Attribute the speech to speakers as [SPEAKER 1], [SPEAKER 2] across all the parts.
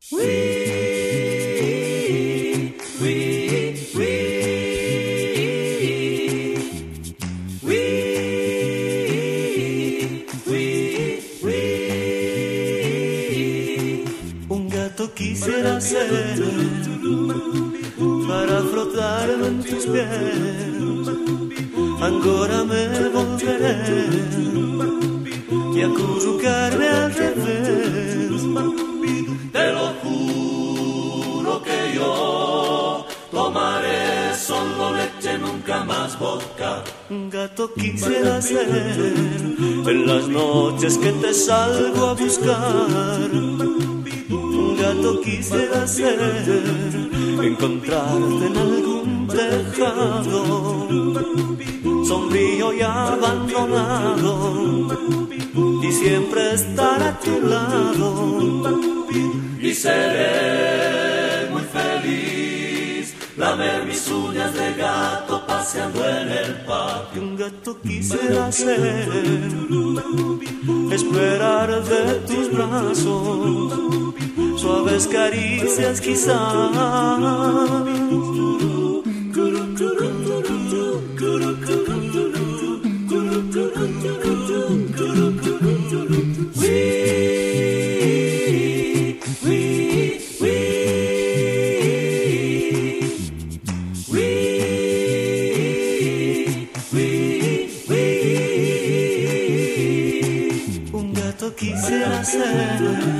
[SPEAKER 1] Un gato quisiera ser para frotarme en tus pies. Ancora me volveré y acurrucarme al revés. Te lo juro que yo tomaré solo leche, nunca más vodka. Un gato quisiera ser en las noches que te salgo a buscar. Un gato quisiera ser, encontrarte en algún tejado, sombrío y abandonado, y siempre estar a tu lado. Y seré muy feliz, lamer mis uñas de gato paseando en el patio. Un gato quisiera ser, esperar de tus brazos suaves caricias quizás. Un gato quisiera ser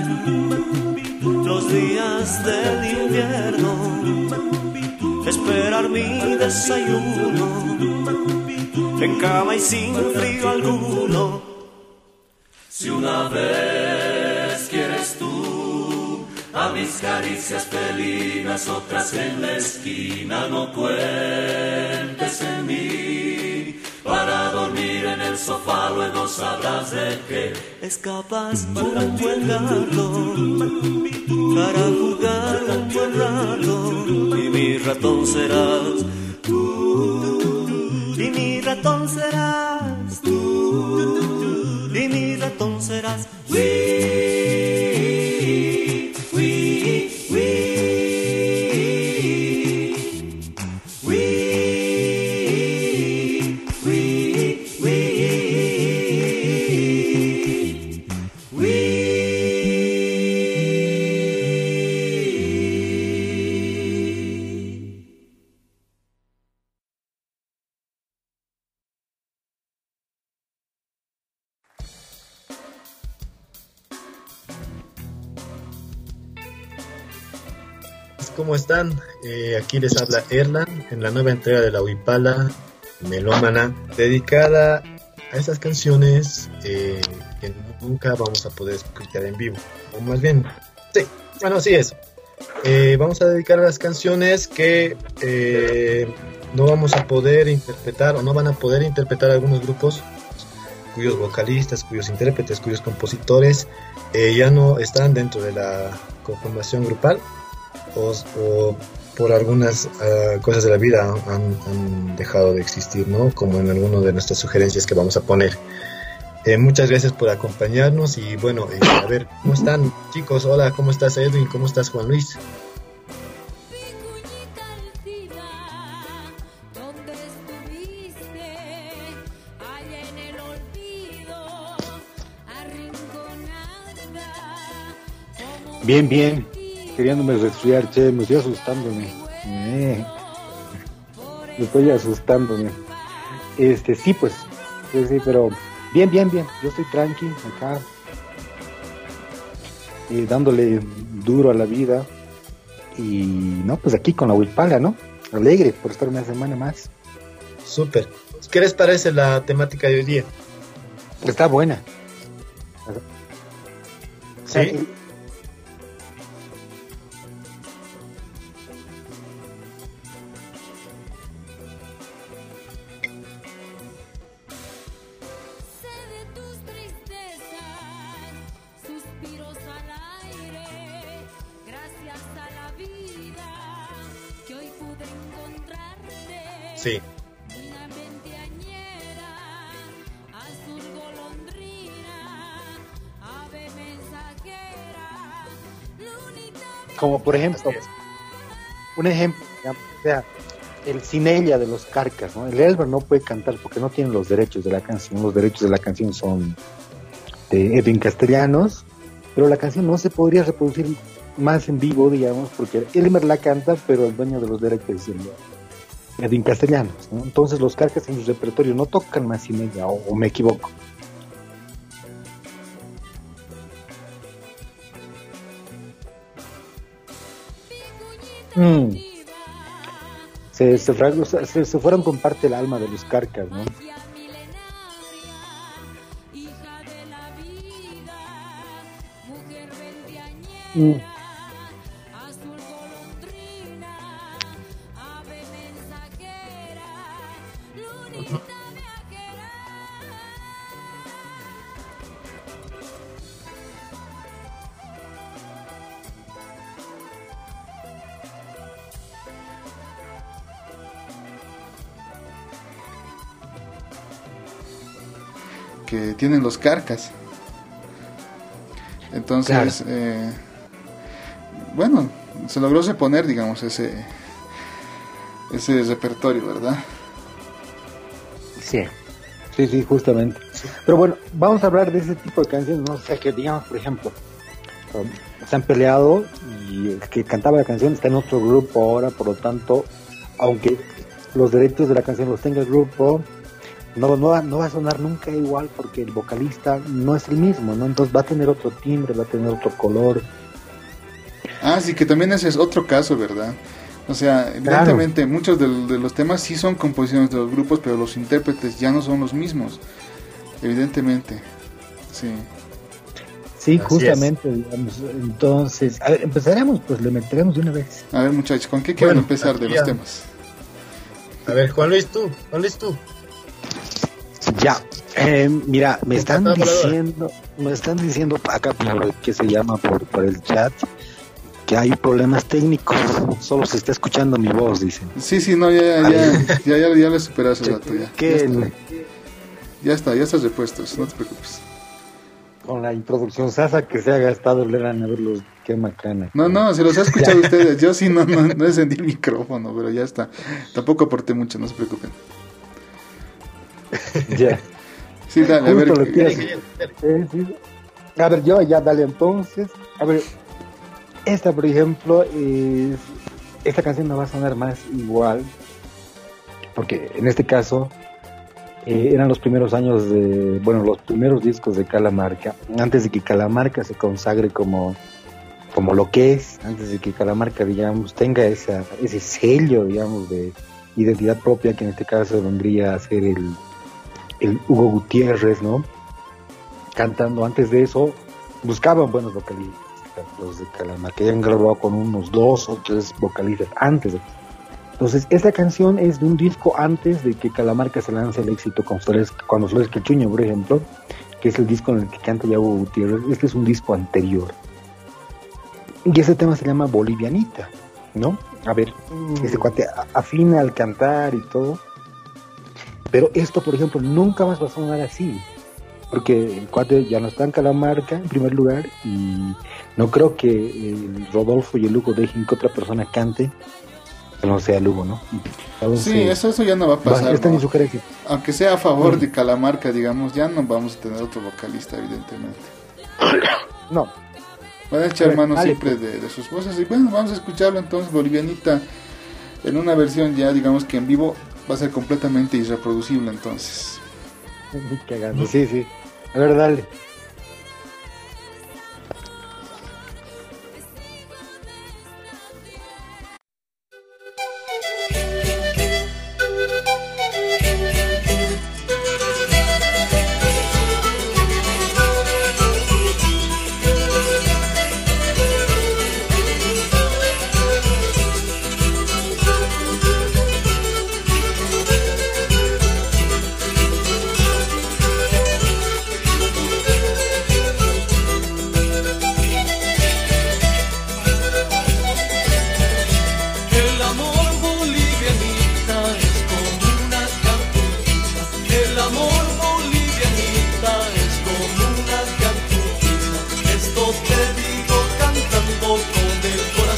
[SPEAKER 1] los días del invierno, esperar mi desayuno en cama y sin frío alguno. Si una vez quieres tú a mis caricias felinas, otras en la esquina, no cuentes en mí. Para dormir en el sofá luego sabrás de que escapas por un buen rato, para jugar un buen rato. Y mi ratón serás tú, y mi ratón serás tú, y mi ratón serás.
[SPEAKER 2] ¿Cómo están? Aquí les habla Erlan en la nueva entrega de la Huipala Melómana, dedicada a esas canciones que nunca vamos a poder escuchar en vivo. O más bien, sí, bueno, sí eso. Vamos a dedicar a las canciones que no vamos a poder interpretar o no van a poder interpretar algunos grupos cuyos vocalistas, cuyos intérpretes, cuyos compositores ya no están dentro de la conformación grupal. O por algunas cosas de la vida han dejado de existir, ¿no? Como en alguna de nuestras sugerencias que vamos a poner. Muchas gracias por acompañarnos y bueno, a ver, ¿cómo están chicos? Hola, ¿cómo estás Edwin? ¿Cómo estás Juan Luis?
[SPEAKER 3] Bien, bien. Queriéndome resfriar, che, me estoy asustándome. Me estoy asustándome. Sí, pues. Sí, pero bien. Yo estoy tranqui acá. Dándole duro a la vida. Y no, pues aquí con la Huipala, ¿no? Alegre por estar una semana más.
[SPEAKER 2] Súper. ¿Qué les parece la temática de hoy día?
[SPEAKER 3] Está buena.
[SPEAKER 2] ¿Sí? Sí.
[SPEAKER 3] Como por ejemplo, un ejemplo, digamos, o sea, el Cinella de los Carcas, ¿no? El Elber no puede cantar porque no tiene los derechos de la canción. Los derechos de la canción son de Edwin Castellanos, pero la canción no se podría reproducir más en vivo, digamos, porque Elmer la canta, pero el dueño de los derechos es Edwin Castellanos, ¿no? Entonces los Carcas en su repertorio no tocan más Cinella, o me equivoco. Se fueron con parte del alma de los Carcas, ¿no?
[SPEAKER 4] Que tienen los Carcas. Entonces, claro. Bueno, se logró reponer, digamos, ese repertorio, ¿verdad?
[SPEAKER 3] Sí, justamente. Pero bueno, vamos a hablar de ese tipo de canciones, ¿no? O sea, que digamos, por ejemplo, se han peleado y el que cantaba la canción está en otro grupo ahora, por lo tanto, aunque los derechos de la canción los tenga el grupo, no va a sonar nunca igual porque el vocalista no es el mismo, ¿no? Entonces va a tener otro timbre, va a tener otro color.
[SPEAKER 4] Ah, sí, que también ese es otro caso, ¿verdad? O sea, evidentemente claro, muchos de los temas sí son composiciones de los grupos, pero los intérpretes ya no son los mismos, evidentemente. Sí.
[SPEAKER 3] Sí, así justamente, digamos. Entonces, a ver, empezaremos, pues le meteremos de una vez.
[SPEAKER 4] A ver, muchachos, ¿con qué quieren empezar de los temas?
[SPEAKER 2] A ver, Juan Luis, tú.
[SPEAKER 3] Ya, mira, me están diciendo acá por que se llama por el chat que hay problemas técnicos, solo se está escuchando mi voz, dicen.
[SPEAKER 4] Sí, no, ya le superaste el dato, ya. Ya está repuesto, no te preocupes.
[SPEAKER 3] Con la introducción sasa que se ha gastado, le van a ver los qué macana.
[SPEAKER 4] No, se los ha escuchado ustedes, yo sí no encendí el micrófono, pero ya está. Tampoco aporté mucho, no se preocupen.
[SPEAKER 3] Ya.
[SPEAKER 4] Sí, dale,
[SPEAKER 3] justo a ver. Sí. A ver, yo ya, dale entonces. A ver, esta, por ejemplo, esta canción no va a sonar más igual, porque en este caso eran los primeros años los primeros discos de Calamarca, antes de que Calamarca se consagre como lo que es, antes de que Calamarca, digamos, tenga ese sello, digamos, de identidad propia, que en este caso vendría a ser el Hugo Gutiérrez, ¿no? Cantando. Antes de eso buscaban buenos vocalistas, los de Calamarca, que habían grabado con unos 2 o 3 vocalistas antes de... Entonces, esta canción es de un disco antes de que Calamarca se lance el éxito cuando Flores Quechuño, por ejemplo, que es el disco en el que canta ya Hugo Gutiérrez. Este es un disco anterior. Y ese tema se llama Bolivianita, ¿no? A ver, ese cuate afina al cantar y todo. Pero esto, por ejemplo, nunca más va a sonar así, porque el cuate ya no está en Calamarca, en primer lugar, y no creo que el Rodolfo y el Hugo dejen que otra persona cante que no sea Lugo, ¿no? Entonces,
[SPEAKER 4] sí, eso ya no va a pasar,
[SPEAKER 3] esta
[SPEAKER 4] ¿no?
[SPEAKER 3] Ni sugerencia.
[SPEAKER 4] Aunque sea a favor de Calamarca, digamos, ya no vamos a tener otro vocalista, evidentemente.
[SPEAKER 3] No.
[SPEAKER 4] Van a echar mano siempre de sus voces. Y bueno, vamos a escucharlo entonces, Bolivianita, en una versión ya, digamos que en vivo va a ser completamente irreproducible, entonces.
[SPEAKER 3] Cagando, sí. A ver, dale.
[SPEAKER 1] Esto te digo cantando con el corazón.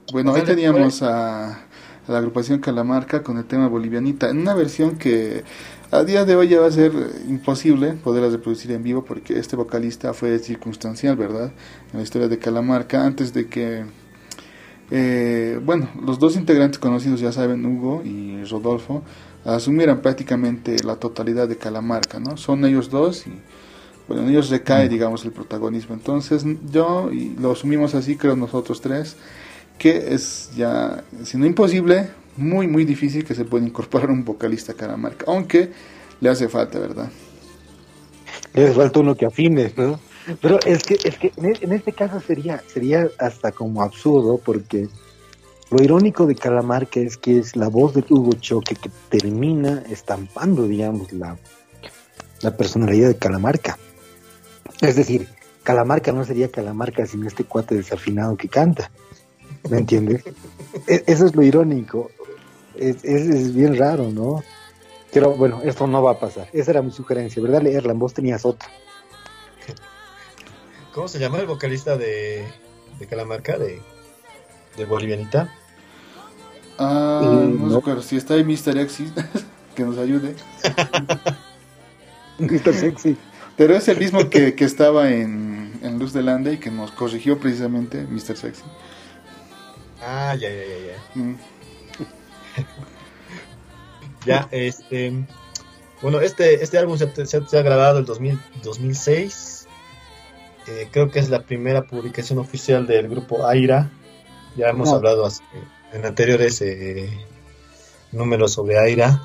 [SPEAKER 4] Bueno, ahí teníamos a la agrupación Calamarca con el tema Bolivianita, en una versión que a día de hoy ya va a ser imposible poderla reproducir en vivo porque este vocalista fue circunstancial, ¿verdad? En la historia de Calamarca, antes de que, bueno, los dos integrantes conocidos, ya saben, Hugo y Rodolfo, asumieran prácticamente la totalidad de Calamarca, ¿no? Son ellos dos y, bueno, en ellos recae, digamos, el protagonismo. Entonces, yo, y lo asumimos así, creo nosotros tres, que es ya, si no imposible, muy muy difícil que se pueda incorporar un vocalista a Calamarca, aunque le hace falta, ¿verdad?
[SPEAKER 3] Le hace falta uno que afine, ¿no? Pero es que en este caso sería hasta como absurdo, porque lo irónico de Calamarca es que es la voz de Hugo Choque que termina estampando, digamos, la personalidad de Calamarca. Es decir, Calamarca no sería Calamarca sin este cuate desafinado que canta. ¿Me entiendes? Eso es lo irónico. Es bien raro, ¿no? Pero bueno, esto no va a pasar. Esa era mi sugerencia, ¿verdad, Erlan? Vos tenías otra.
[SPEAKER 2] ¿Cómo se llama el vocalista de Calamarca, de Bolivianita?
[SPEAKER 4] No recuerdo. Si está ahí Mr. Exit, que nos ayude.
[SPEAKER 3] Mr. Sexy.
[SPEAKER 4] Pero es el mismo que estaba en Luz del Ande y que nos corrigió precisamente, Mr. Sexy.
[SPEAKER 2] Ah, ya. Ya, bueno, este álbum se ha grabado en 2006. Creo que es la primera publicación oficial del grupo Aira. Ya hemos hablado en anteriores números sobre Aira,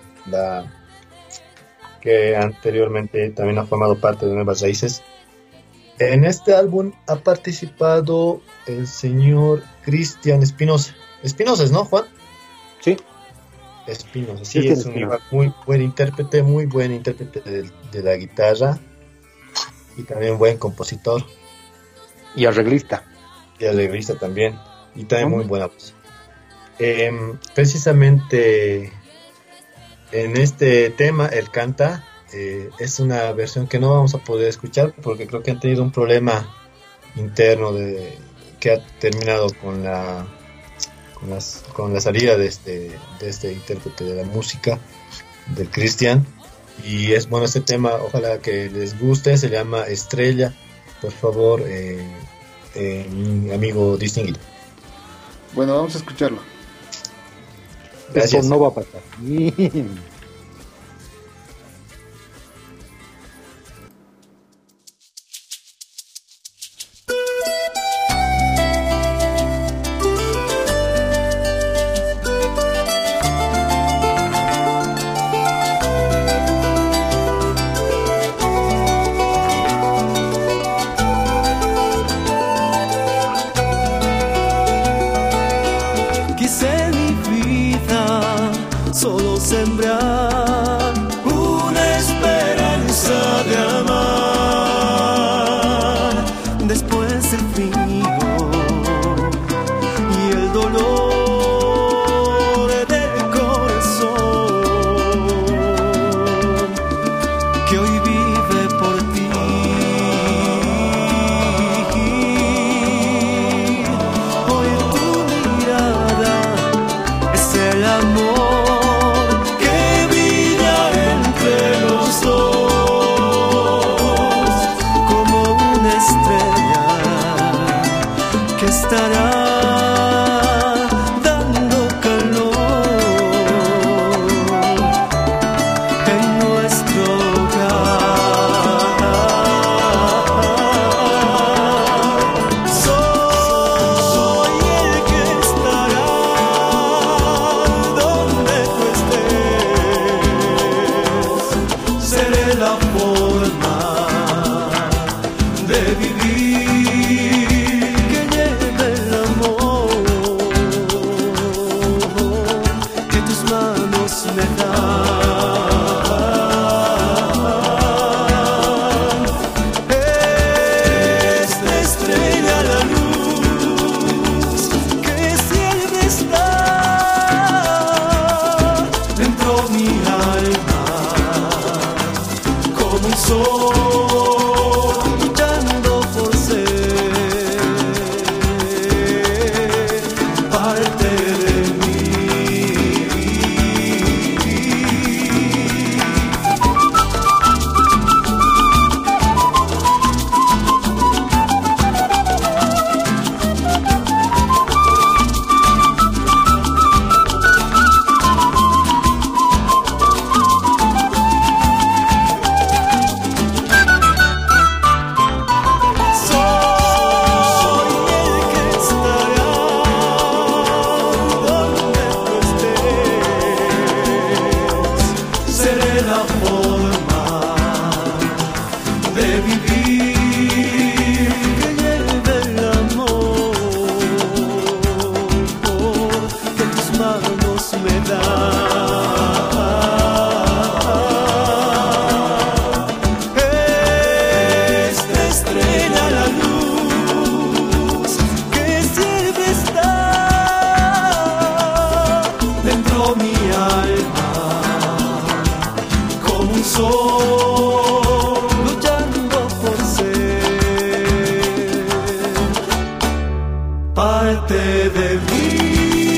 [SPEAKER 2] que anteriormente también ha formado parte de Nuevas Raíces. En este álbum ha participado el señor Cristian Espinosa. Espinosa, ¿no, Juan?
[SPEAKER 3] Sí.
[SPEAKER 2] Espinosa, sí, es un muy buen intérprete de la guitarra y también buen compositor.
[SPEAKER 3] Y arreglista.
[SPEAKER 2] También. Y también muy buena voz. Precisamente en este tema, él canta. Es una versión que no vamos a poder escuchar porque creo que han tenido un problema interno que ha terminado con la salida de este intérprete de la música, del Cristian. Y es bueno este tema, ojalá que les guste. Se llama Estrella. Por favor, mi amigo distinguido.
[SPEAKER 4] Bueno, vamos a escucharlo.
[SPEAKER 3] Gracias. Eso no va a pasar.
[SPEAKER 1] De vivir que lleve el amor. parte de mí.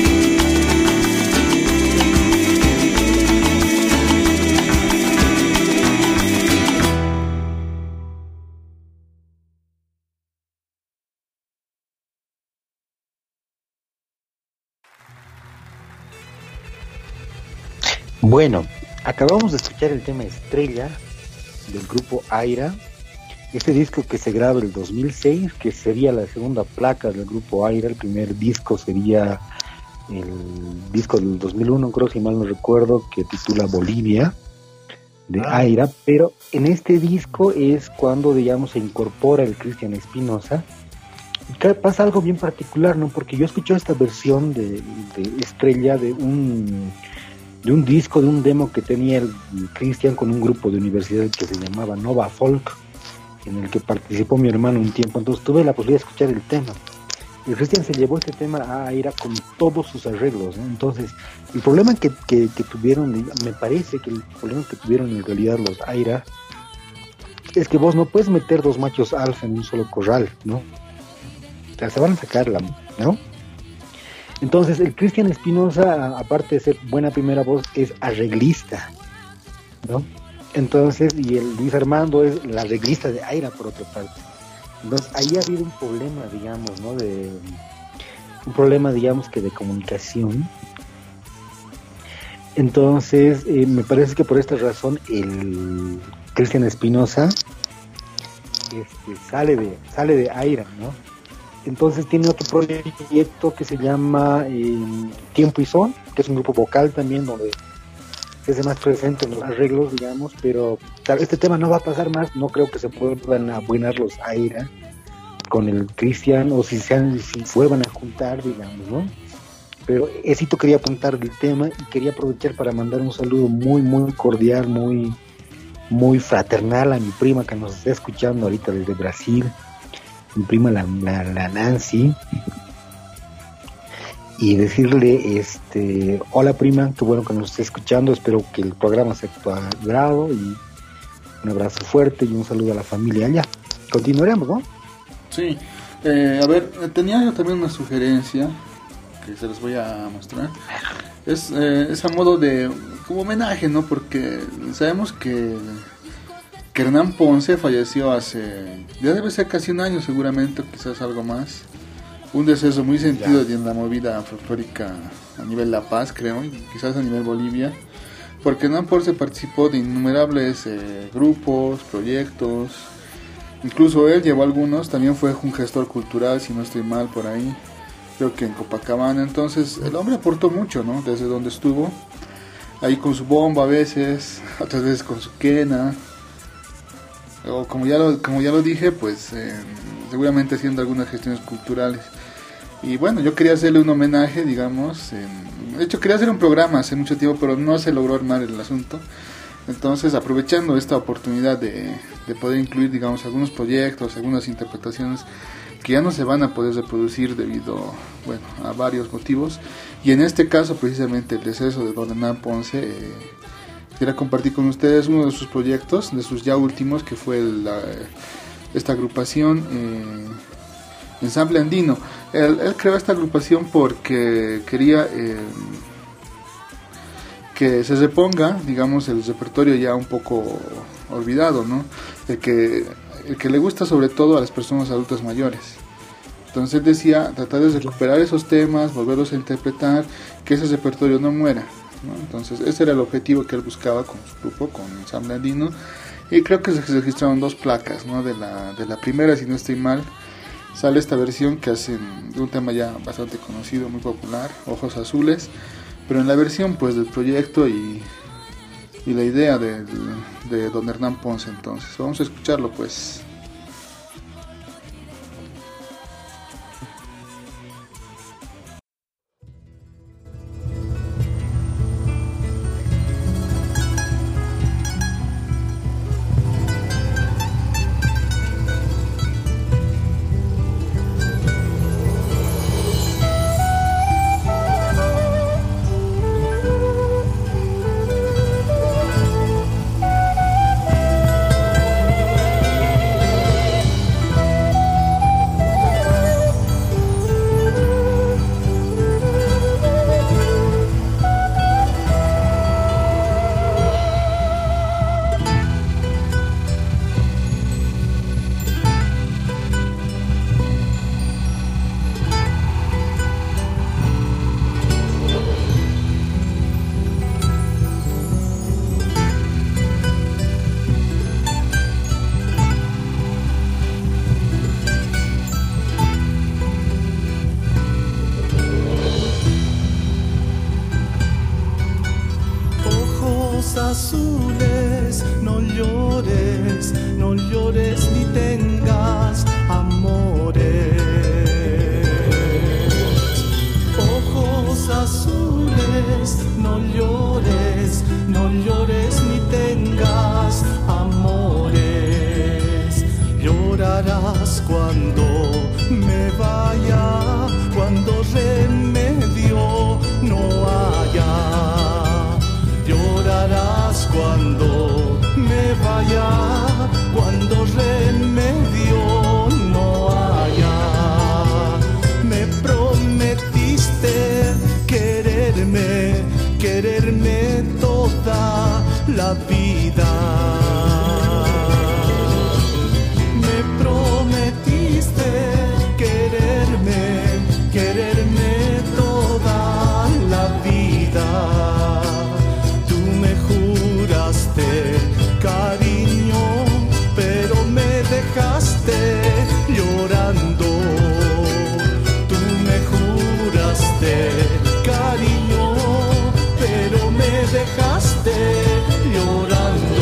[SPEAKER 3] Bueno, acabamos de escuchar el tema Estrella del grupo Aira. Este disco que se graba el 2006, que sería la segunda placa del grupo Aira. El primer disco sería el disco del 2001, creo, si mal no recuerdo, que titula Bolivia, de Aira. Pero en este disco es cuando, digamos, se incorpora el Cristian Espinosa. Y pasa algo bien particular, ¿no? Porque yo escuché esta versión de Estrella de un disco, de un demo que tenía el Cristian con un grupo de universidad que se llamaba Nova Folk, en el que participó mi hermano un tiempo. Entonces tuve la posibilidad de escuchar el tema. El Cristian se llevó este tema a Aira con todos sus arreglos, ¿no? Entonces, el problema que tuvieron, me parece que el problema que tuvieron en realidad los Aira, es que vos no puedes meter dos machos alfa en un solo corral, ¿no? O sea, se van a sacar ¿no? Entonces, el Cristian Espinosa, aparte de ser buena primera voz, es arreglista, ¿no? Entonces, y el Luis Armando es el arreglista de Aira, por otra parte. Entonces, ahí ha habido un problema, digamos, ¿no? Digamos, que de comunicación. Entonces, me parece que por esta razón, el Cristian Espinosa sale de Aira, ¿no? Entonces tiene otro proyecto que se llama Tiempo y Son, que es un grupo vocal también donde se hace más presente en los arreglos, digamos, pero este tema no va a pasar más. No creo que se puedan abuenar los Aira con el Cristian, o si vuelvan a juntar, digamos, ¿no? Pero Esito quería apuntar el tema y quería aprovechar para mandar un saludo muy, muy cordial, muy, muy fraternal a mi prima que nos está escuchando ahorita desde Brasil. Mi prima la Nancy, y decirle hola prima, qué bueno que nos esté escuchando, espero que el programa sea de tu agrado, y un abrazo fuerte y un saludo a la familia allá. Continuaremos, ¿no?
[SPEAKER 4] Sí, a ver, tenía yo también una sugerencia que se les voy a mostrar. Es a modo de como homenaje, ¿no? Porque sabemos que Hernán Ponce falleció ya debe ser casi un año seguramente, o quizás algo más. Un deceso muy sentido en la movida folclórica a nivel La Paz, creo, y quizás a nivel Bolivia, porque Hernán Ponce participó de innumerables grupos, proyectos, incluso él llevó algunos, también fue un gestor cultural, si no estoy mal, por ahí, creo que en Copacabana. Entonces el hombre aportó mucho, ¿no? Desde donde estuvo, ahí con su bomba a veces, otras veces con su quena, o como ya lo dije, pues seguramente haciendo algunas gestiones culturales. Y bueno, yo quería hacerle un homenaje, digamos, de hecho quería hacer un programa hace mucho tiempo, pero no se logró armar el asunto. Entonces, aprovechando esta oportunidad de poder incluir, digamos, algunos proyectos, algunas interpretaciones que ya no se van a poder reproducir debido, bueno, a varios motivos, y en este caso precisamente el deceso de don Hernán Ponce, quería compartir con ustedes uno de sus proyectos, de sus ya últimos, que fue esta agrupación Ensamble Andino. Él creó esta agrupación porque quería que se reponga, digamos, el repertorio ya un poco olvidado, ¿no? El que le gusta sobre todo a las personas adultas mayores. Entonces él decía, tratar de recuperar esos temas, volverlos a interpretar, que ese repertorio no muera, ¿no? Entonces ese era el objetivo que él buscaba con su grupo, con Ensamble Andino, y creo que se registraron 2 placas, ¿no? De la primera, si no estoy mal, sale esta versión que hacen de un tema ya bastante conocido, muy popular, Ojos Azules, pero en la versión pues del proyecto y la idea de don Hernán Ponce. Entonces vamos a escucharlo pues.
[SPEAKER 1] la vida. Me prometiste quererme toda la vida. Tú me juraste cariño, pero me dejaste llorando. Tú me juraste cariño, pero me dejaste llorando.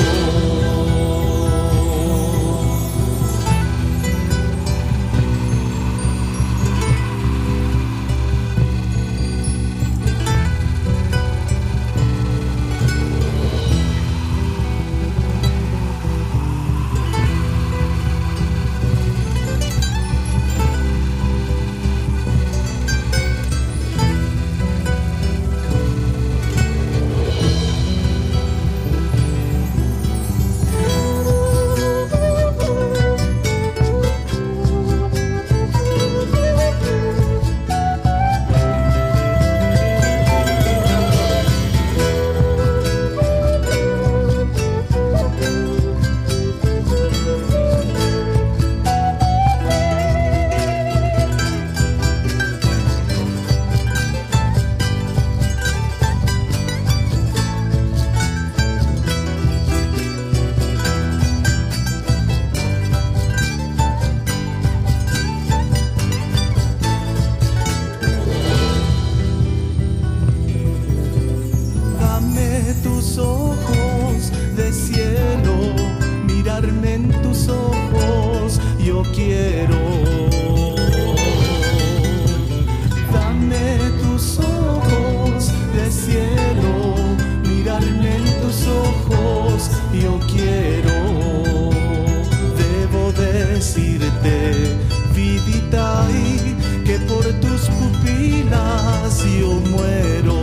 [SPEAKER 1] Tus ojos de cielo, mirarme en tus ojos, yo quiero. Dame tus ojos de cielo, mirarme en tus ojos, yo quiero. Debo decirte, vidita, que por tus pupilas yo muero.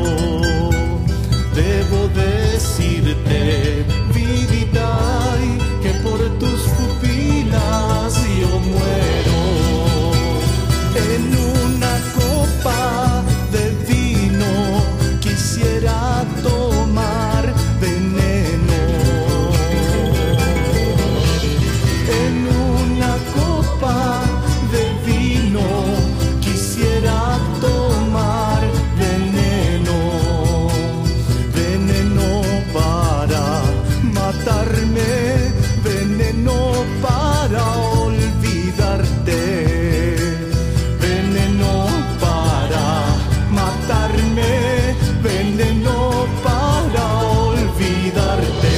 [SPEAKER 1] Debo decirte, vidita, que por tus pupilas yo muero. En una copa de vino quisiera tomar veneno. En una copa de vino quisiera tomar veneno. Veneno para matarme, veneno para olvidarte. Veneno para matarme, veneno para olvidarte.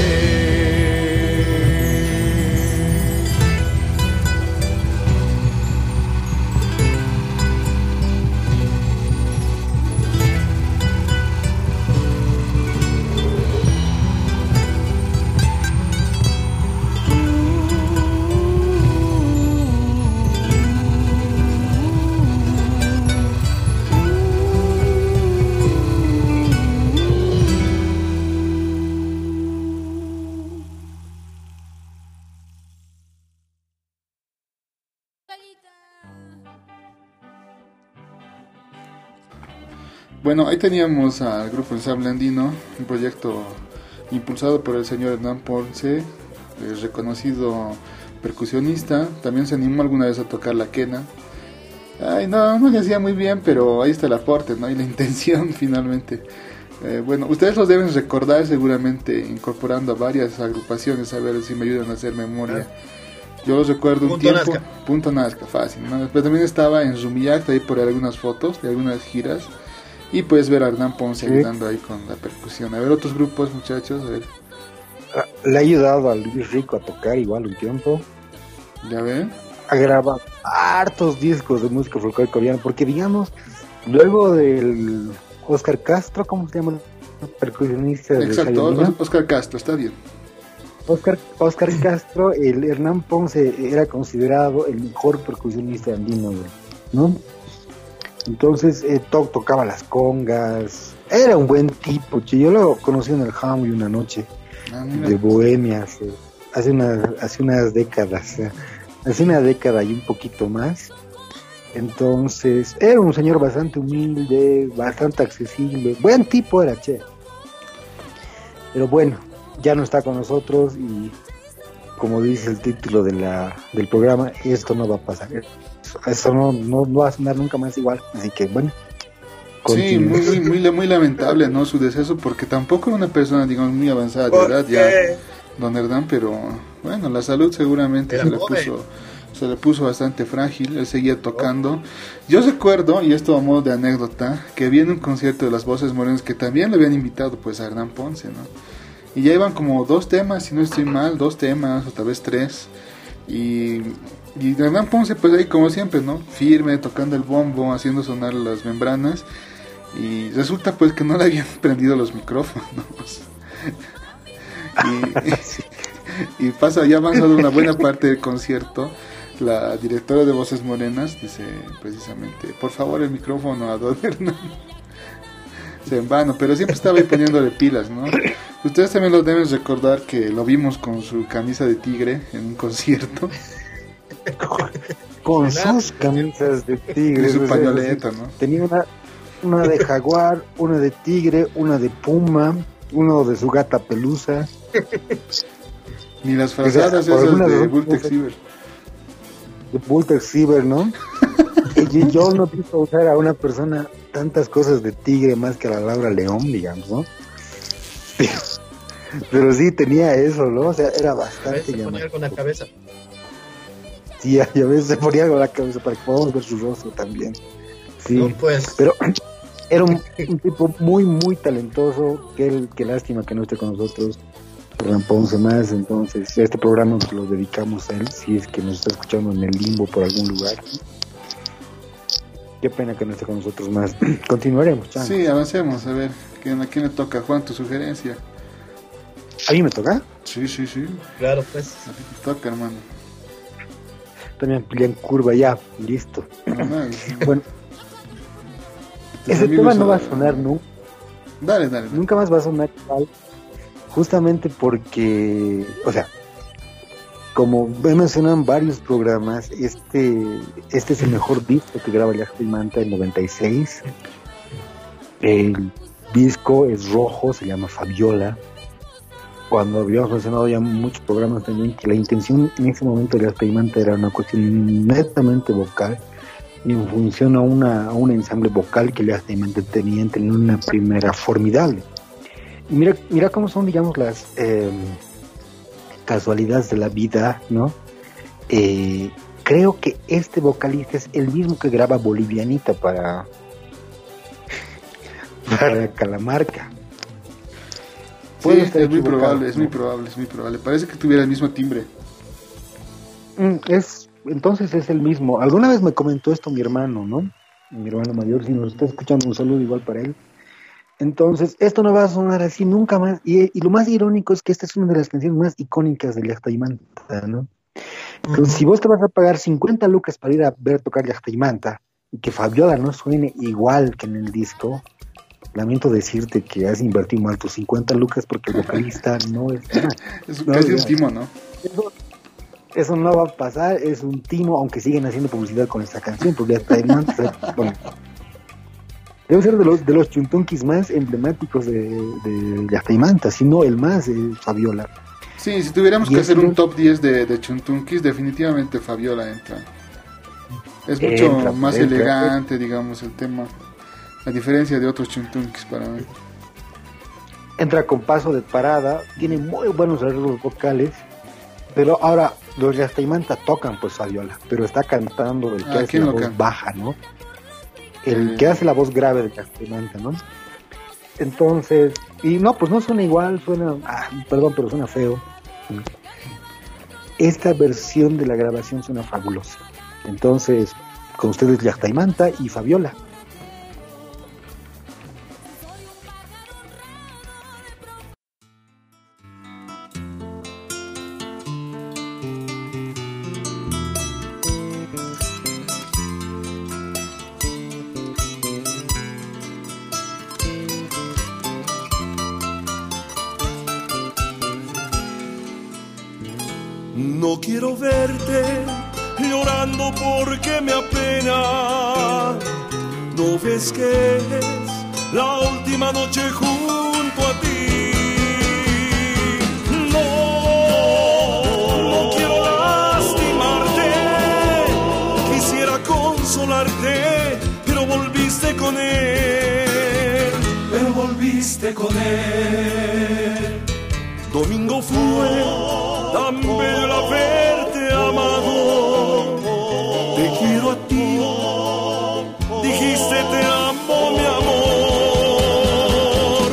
[SPEAKER 4] Bueno, ahí teníamos al grupo Ensamble Andino, un proyecto impulsado por el señor Hernán Ponce, reconocido percusionista. También se animó alguna vez a tocar la quena. Ay, no le hacía muy bien, pero ahí está el aporte, ¿no? Y la intención finalmente. Bueno, ustedes los deben recordar seguramente incorporando a varias agrupaciones, a ver si me ayudan a hacer memoria. Yo los recuerdo un tiempo.
[SPEAKER 2] Nazca.
[SPEAKER 4] Punto Nazca, fácil, ¿no? Pero también estaba en Rumillac, ahí por algunas fotos de algunas giras. Y puedes ver a Hernán Ponce ayudando ahí con la percusión. A ver, otros grupos, muchachos, a ver.
[SPEAKER 3] Le ha ayudado a Luis Rico a tocar igual un tiempo.
[SPEAKER 4] ¿Ya ven?
[SPEAKER 3] Ha grabado hartos discos de música folclórica coreana, porque digamos, luego del Oscar Castro, ¿cómo se llama el percusionista?
[SPEAKER 4] Exacto, Oscar Castro, está bien.
[SPEAKER 3] Oscar Castro, el Hernán Ponce era considerado el mejor percusionista andino, ¿no? Entonces tocaba las congas, era un buen tipo, che. Yo lo conocí en el Hamwi una noche de Bohemia hace unas décadas, hace una década y un poquito más. Entonces era un señor bastante humilde, bastante accesible, buen tipo era, che. Pero bueno, ya no está con nosotros y como dice el título del programa, esto no va a pasar. Eso no va a sonar nunca más igual. Así que bueno.
[SPEAKER 4] Sí, muy lamentable, ¿no? Su deceso, porque tampoco era una persona, digamos, muy avanzada de edad ya, don Hernán, pero bueno, la salud seguramente se le puso bastante frágil. Él seguía tocando. Yo recuerdo, y esto a modo de anécdota, que había en un concierto de las Voces Morenas que también le habían invitado pues a Hernán Ponce, ¿no? Y ya iban como 2 temas, si no estoy mal, 2 temas, o tal vez 3. Y Hernán Ponce, pues ahí como siempre, ¿no? Firme, tocando el bombo, haciendo sonar las membranas. Y resulta pues que no le habían prendido los micrófonos. Y pasa, ya avanzado una buena parte del concierto. La directora de Voces Morenas dice precisamente, por favor el micrófono a don Hernán. En vano, pero siempre estaba ahí poniéndole pilas, ¿no? Ustedes también lo deben recordar que lo vimos con su camisa de tigre en un concierto.
[SPEAKER 3] Con sus camisas de tigre.
[SPEAKER 4] Y su pañoleta, ¿no?
[SPEAKER 3] Tenía una de jaguar, una de tigre, una de puma, uno de su gata pelusa.
[SPEAKER 4] Ni las frazadas esas de Bultexiber.
[SPEAKER 3] De Bultexiber, ¿no? Y yo no pienso usar a una persona tantas cosas de tigre más que a la Laura León, digamos, ¿no? Pero sí tenía eso, ¿no? O sea, era bastante llamativo. Se ponía
[SPEAKER 2] algo en la cabeza.
[SPEAKER 3] Sí, a veces se ponía algo en la cabeza para que podamos ver su rostro también. Sí, no, pues. Pero era un tipo muy, muy talentoso. Qué lástima que no esté con nosotros Hernán Ponce más. Entonces, este programa nos lo dedicamos a él, si es que nos está escuchando en el limbo por algún lugar. Qué pena que no esté con nosotros más. Continuaremos, chao.
[SPEAKER 4] Sí, avancemos, a ver, ¿a quién le toca? Juan, tu sugerencia.
[SPEAKER 3] ¿A mí me toca?
[SPEAKER 4] Sí.
[SPEAKER 2] Claro, pues.
[SPEAKER 4] A ti te toca, hermano.
[SPEAKER 3] También pillé en curva ya, listo. Bueno, ese tema no va a sonar nunca.
[SPEAKER 4] Dale.
[SPEAKER 3] Nunca más va a sonar igual. Justamente porque, o sea, como he mencionado en varios programas, este es el mejor disco que graba Llajta y Manta en 96. El disco es rojo, se llama Fabiola. Cuando habíamos mencionado ya muchos programas también, que la intención en ese momento de Llajta y Manta era una cuestión netamente vocal, y en función a un ensamble vocal que Llajta y Manta tenía una primera formidable. Y mira cómo son, digamos, las casualidades de la vida, ¿no? Creo que este vocalista es el mismo que graba Bolivianita para Calamarca.
[SPEAKER 4] Sí, es muy probable. Parece que tuviera el mismo timbre.
[SPEAKER 3] Entonces es el mismo. Alguna vez me comentó esto mi hermano, ¿no? Mi hermano mayor, si nos está escuchando, un saludo igual para él. Entonces, esto no va a sonar así nunca más. Y lo más irónico es que esta es una de las canciones más icónicas de Llajta y Manta, ¿no? Entonces, si vos te vas a pagar 50 lucas para ir a ver tocar Llajta y Manta, y que Fabiola no suene igual que en el disco, lamento decirte que has invertido mal tus 50 lucas porque el vocalista no es nada.
[SPEAKER 4] Es casi un timo, ¿no?
[SPEAKER 3] Eso no va a pasar, es un timo, aunque siguen haciendo publicidad con esta canción, porque Llajta y Manta, bueno, debe ser de los chuntunquis más emblemáticos de Llajta y Manta, si no el más, Fabiola.
[SPEAKER 4] Sí, si tuviéramos que hacer un top 10 de chuntunquis, definitivamente Fabiola entra. Es mucho más elegante, digamos, el tema, a diferencia de otros chuntunquis para mí.
[SPEAKER 3] Entra con paso de parada, tiene muy buenos arreglos vocales, pero ahora los Llajta y Manta tocan pues Fabiola, pero está cantando el que hace la voz baja, ¿no? El que hace la voz grave de Llajta y Manta, ¿no? Entonces, y no, pues no suena igual, perdón, pero suena feo. Esta versión de la grabación suena fabulosa. Entonces, con ustedes Llajta y Manta y Fabiola.
[SPEAKER 1] No quiero verte llorando porque me apena. ¿No ves que es la última noche junto a ti? volviste con él,
[SPEAKER 5] pero volviste con él.
[SPEAKER 1] Domingo fue tan bello el haberte amado. Te quiero a ti, dijiste te amo mi amor.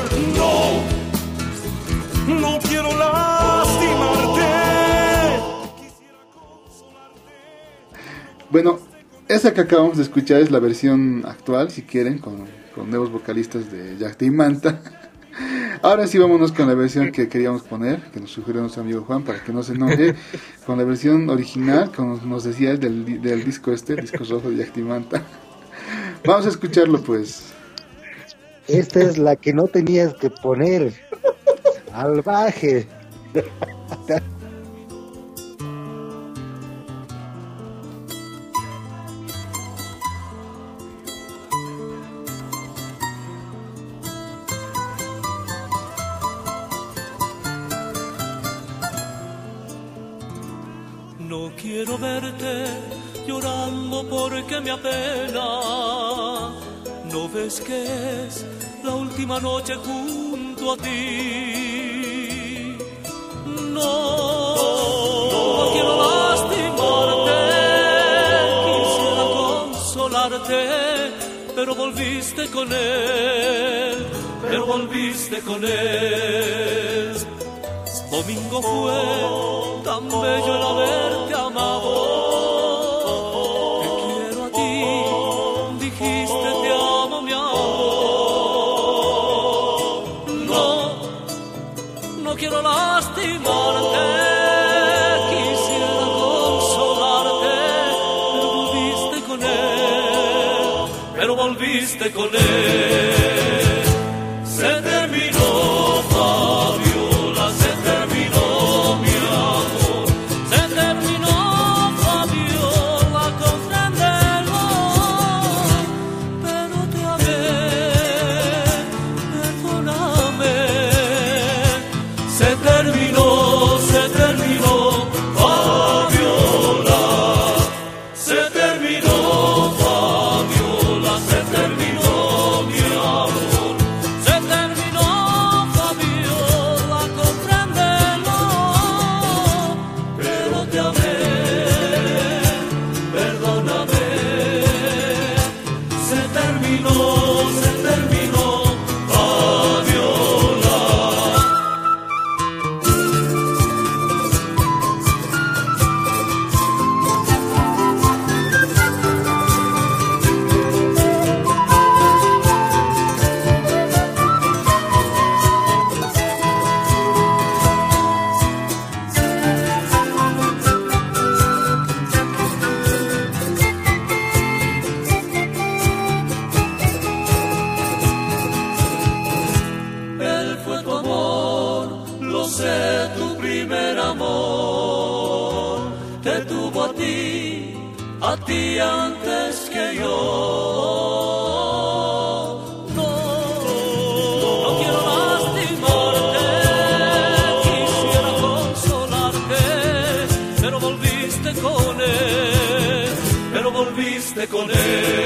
[SPEAKER 1] No quiero lastimarte, quisiera consolarte.
[SPEAKER 4] Bueno, esa que acabamos de escuchar es la versión actual, si quieren, con nuevos vocalistas de Yacta y Manta. Ahora sí, vámonos con la versión que queríamos poner, que nos sugirió nuestro amigo Juan, para que no se enoje, con la versión original, como nos decía él, del disco el disco rojo de Yacta y Manta. Vamos a escucharlo, pues.
[SPEAKER 3] Esta es la que no tenías que poner. Salvaje.
[SPEAKER 1] No quiero verte llorando porque me apena. ¿No ves que es la última noche junto a ti? No quiero lastimarte, quisiera consolarte, pero volviste con él, Domingo fue tan bello el haberte amado. Te quiero a ti, dijiste te amo mi amor. No quiero lastimarte, quisiera consolarte, pero volviste con él. Se terminó, Fabiola, se terminó mi amor. Se terminó, Fabiola, compréndelo. Pero te amé, perdóname. Se terminó, Fabiola. Se terminó, Fabiola, se terminó mi amor. Se terminó, Fabiola, compréndelo. Pero te amé, perdóname. Se terminó, Fabiola. Él fue tu amor, lo sé, tu primer amor. Te tuvo a ti antes que yo. No quiero lastimarte, quisiera consolarte, pero volviste con él,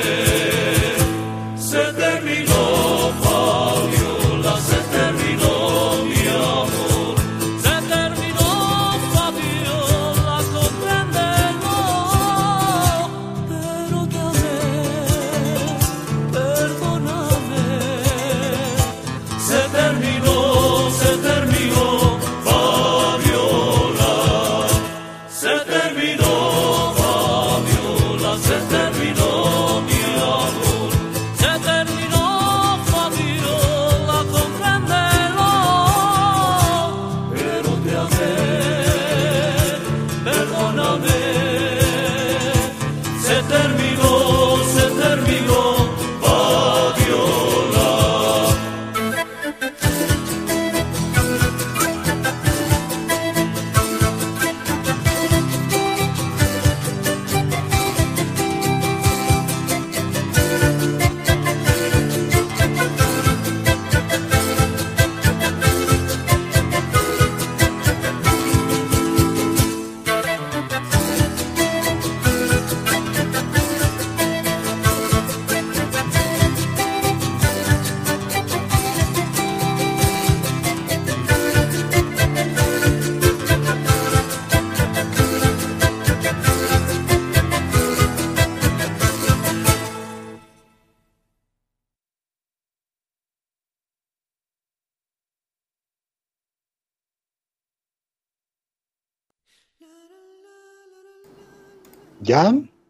[SPEAKER 1] Se terminó, Fabiola, se terminó mi amor. Se terminó, Fabiola, compréndelo. Pero te amé, perdóname. Se terminó, Fabiola. Se terminó, Fabiola, se terminó
[SPEAKER 3] ¿Ya?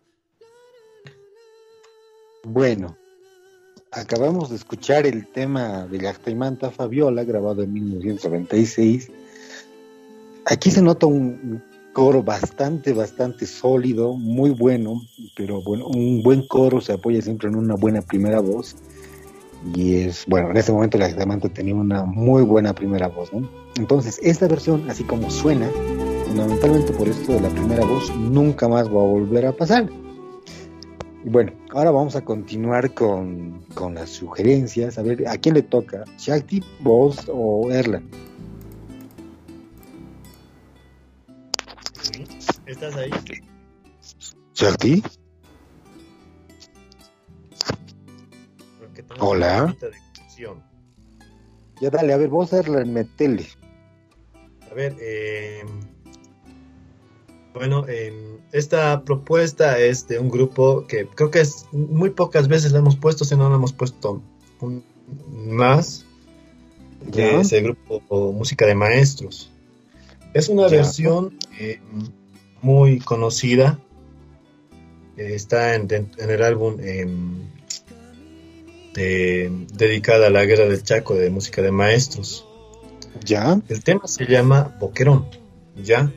[SPEAKER 3] Bueno, acabamos de escuchar el tema de Llactaimanta Fabiola, grabado en 1996. Aquí se nota un coro bastante sólido, muy bueno, pero bueno, un buen coro se apoya siempre en una buena primera voz. Y en ese momento Llactaimanta tenía una muy buena primera voz, ¿no? Entonces, esta versión, así como suena, fundamentalmente por esto de la primera voz, nunca más va a volver a pasar. Y bueno, ahora vamos a continuar con las sugerencias. A ver, ¿a quién le toca? ¿Shakti, vos o Erlan?
[SPEAKER 2] ¿Estás ahí?
[SPEAKER 3] ¿Shakti? Hola. Ya dale, a ver, vos Erlan, metele.
[SPEAKER 2] A ver, bueno, esta propuesta es de un grupo que creo que es muy pocas veces la hemos puesto, si no la hemos puesto más, de ese grupo Música de Maestros. Es una versión muy conocida, está en el álbum dedicada a la Guerra del Chaco de Música de Maestros.
[SPEAKER 3] ¿Ya?
[SPEAKER 2] El tema se llma Boquerón, ¿ya?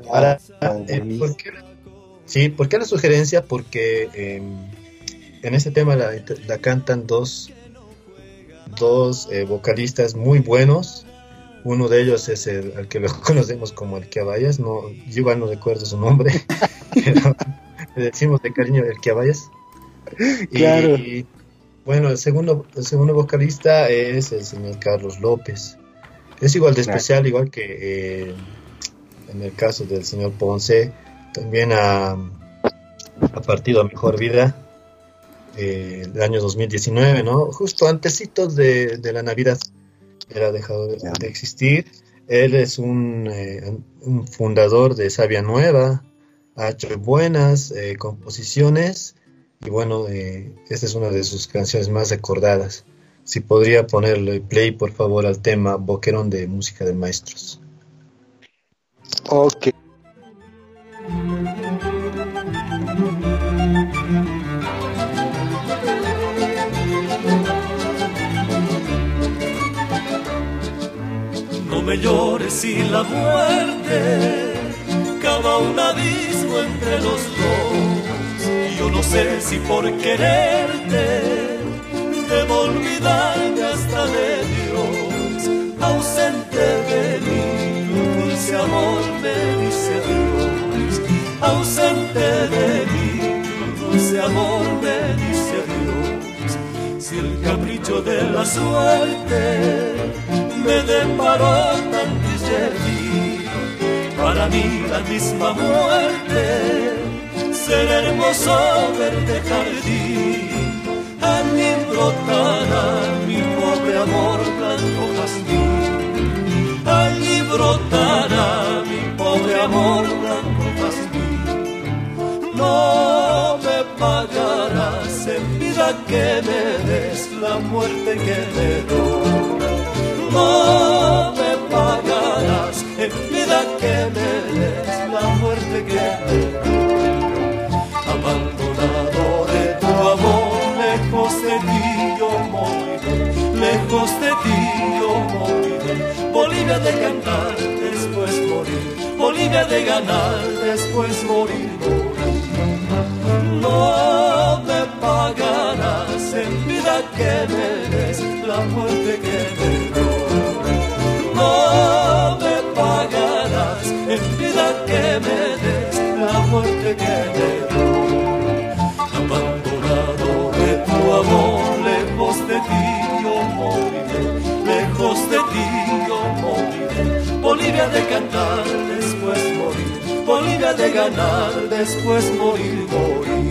[SPEAKER 2] ¿Por qué la sugerencia? Porque en este tema la cantan dos vocalistas muy buenos. Uno de ellos es al que lo conocemos como el Quiabayas, yo igual no recuerdo su nombre, pero le decimos de cariño el Quiabayas.
[SPEAKER 3] Claro.
[SPEAKER 2] Y bueno, el segundo vocalista es el señor Carlos López. Es igual de especial, igual que en el caso del señor Ponce, también ha partido a mejor vida el año 2019, ¿no? Justo antecitos de la Navidad, él ha dejado de existir. Él es un fundador de Sabia Nueva, ha hecho buenas composiciones y bueno, esta es una de sus canciones más recordadas. Si podría ponerle play, por favor, al tema Boquerón de Música de Maestros.
[SPEAKER 3] Ok.
[SPEAKER 1] No me llores y la muerte cava un abismo entre los dos. Yo no sé si por quererte debo olvidarme hasta de Dios. Ausente de mí, tu dulce amor me dice adiós. Ausente de mí, tu dulce amor me dice adiós. Si el capricho de la suerte me deparó tan triste, para mí la misma muerte será hermoso verde jardín. A mí brotará mi pobre amor blanco jazmín. Allí brotará mi pobre amor blanco jazmín. No me pagarás en vida que me des la muerte que me doy. No me pagarás en vida que me des la muerte que me doy. Abandonado de tu amor, lejos de ti yo moriré, lejos de ti yo moriré. Bolivia de cantar, después morir, Bolivia de ganar, después morir, morir. No me pagarás en vida que me des la muerte que me doy. No me pagarás en vida que me des la muerte que me doy. Abandonado de tu amor, lejos de ti yo moriré, lejos de ti yo moriré. Bolivia de cantar, después morir, Bolivia de ganar, después morir, morir.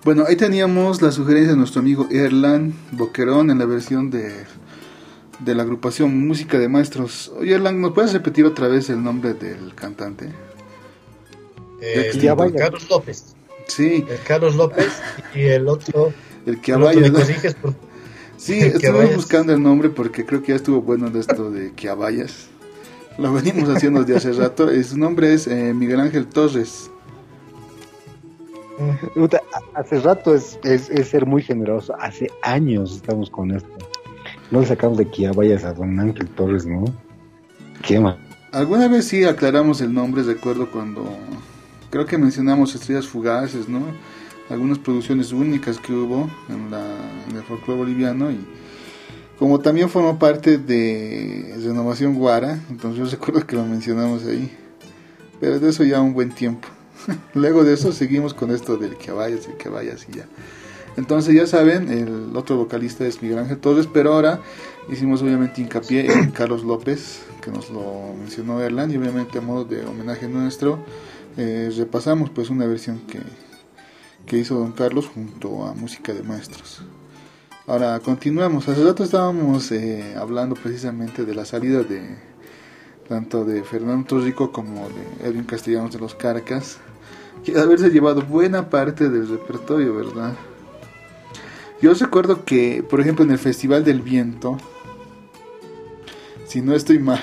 [SPEAKER 4] Bueno, ahí teníamos la sugerencia de nuestro amigo Erlan Boquerón en la versión de la agrupación Música de Maestros. Oye, Erlan, ¿nos puedes repetir otra vez el nombre del cantante?
[SPEAKER 2] Carlos López.
[SPEAKER 4] Sí.
[SPEAKER 2] El Carlos López y el otro...
[SPEAKER 4] El Quiabayas. Sí, estuve
[SPEAKER 2] Quiabayas.
[SPEAKER 4] buscando el nombre porque creo que ya estuvo bueno de esto de Quiabayas. Lo venimos haciendo desde hace rato. Su nombre es Miguel Ángel Torres.
[SPEAKER 3] Hace rato es ser muy generoso. Hace años estamos con esto. No le sacamos de Quiabayas a don Ángel Torres, ¿no? ¿Qué más? Alguna
[SPEAKER 4] vez sí aclaramos el nombre, recuerdo cuando creo que mencionamos Estrellas Fugaces, ¿no? Algunas producciones únicas que hubo en el folclore boliviano, y como también formó parte de Renovación Guara, entonces yo recuerdo que lo mencionamos ahí, pero de eso ya un buen tiempo. Luego de eso seguimos con esto del Quiabayas y ya. Entonces ya saben, el otro vocalista es Miguel Ángel Torres, pero ahora hicimos obviamente hincapié en Carlos López, que nos lo mencionó Erlan, y obviamente a modo de homenaje nuestro, repasamos pues una versión que hizo don Carlos junto a Música de Maestros. Ahora continuamos. Hace rato estábamos hablando precisamente de la salida de tanto de Fernando Torrico como de Edwin Castellanos de los Carcas, que haberse llevado buena parte del repertorio, ¿verdad? Yo recuerdo que, por ejemplo, en el Festival del Viento, si no estoy mal,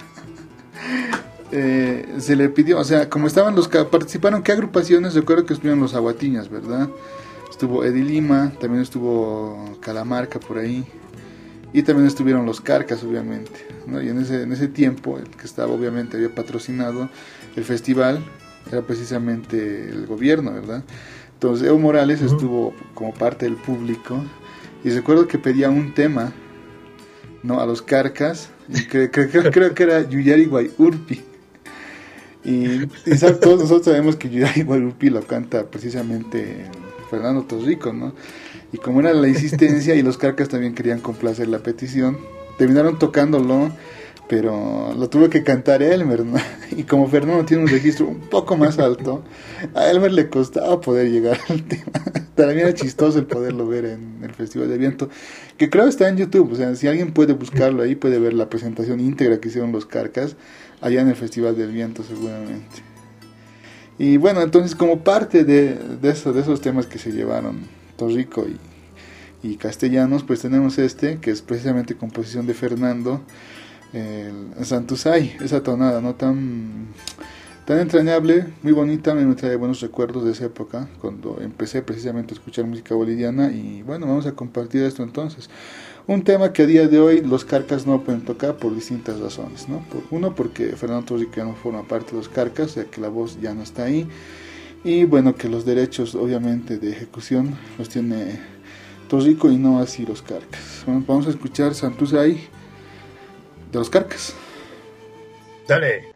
[SPEAKER 4] se le pidió, o sea, como estaban participaron, ¿qué agrupaciones? Recuerdo que estuvieron los Aguatiñas, ¿verdad? Estuvo Eddie Lima, también estuvo Calamarca por ahí, y también estuvieron los Carcas, obviamente, ¿no? Y en ese tiempo, el que estaba, obviamente, había patrocinado el festival, era precisamente el gobierno, ¿verdad? Entonces Evo Morales estuvo como parte del público, y recuerdo que pedía un tema, ¿no? A los Carcas, y creo que era Yuyari Guayurpi. Y todos nosotros sabemos que Yuyari Guayurpi lo canta precisamente Fernando Torrico, ¿no? Y como era la insistencia y los Carcas también querían complacer la petición, terminaron tocándolo, pero lo tuvo que cantar Elmer, ¿no? Y como Fernando tiene un registro un poco más alto, a Elmer le costaba poder llegar al tema. También era chistoso el poderlo ver en el Festival de Viento, que creo está en YouTube, o sea, si alguien puede buscarlo ahí, puede ver la presentación íntegra que hicieron los Carcas allá en el Festival del Viento seguramente. Y bueno, entonces como parte de esos temas que se llevaron Torrico y Castellanos, pues tenemos que es precisamente composición de Fernando, el Santusay, esa tonada no tan entrañable, muy bonita, me trae buenos recuerdos de esa época cuando empecé precisamente a escuchar música boliviana. Y bueno, vamos a compartir esto entonces, un tema que a día de hoy los Carcas no pueden tocar por distintas razones, ¿no? Uno, porque Fernando Torrico ya no forma parte de los Carcas, ya que la voz ya no está ahí, y bueno, que los derechos obviamente de ejecución los tiene Torrico y no así los Carcas. Bueno, vamos a escuchar Santusay de los Carcas.
[SPEAKER 2] Dale.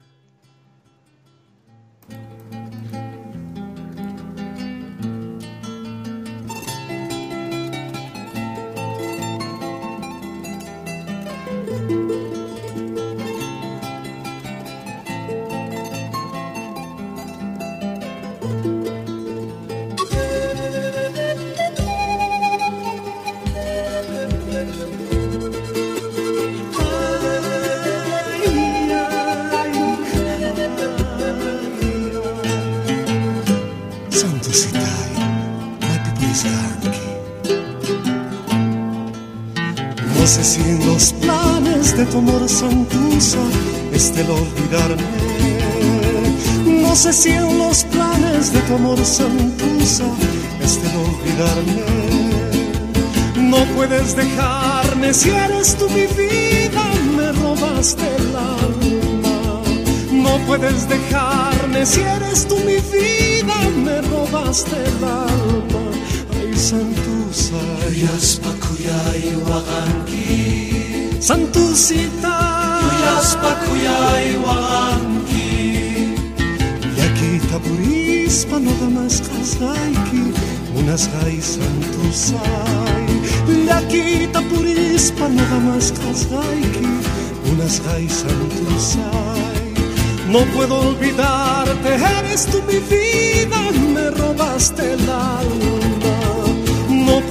[SPEAKER 5] No sé si en los planes de tu amor Santusa esté el olvidarme. No sé si en los planes de tu amor Santusa esté el olvidarme. No puedes dejarme si eres tú mi vida, me robaste el alma. No puedes dejarme si eres tú mi vida, me robaste el alma. Ay, Santusa,
[SPEAKER 1] Yuyaspa kuyay waganki,
[SPEAKER 5] Santusita,
[SPEAKER 1] Yuyaspa kuyay waganki,
[SPEAKER 5] Yakita purispa no damas kazaiki, unas gai Santusay. Yakita purispa no damas kazaiki, unas gai Santusay. No puedo olvidarte, eres tú mi vida, me robaste el alma.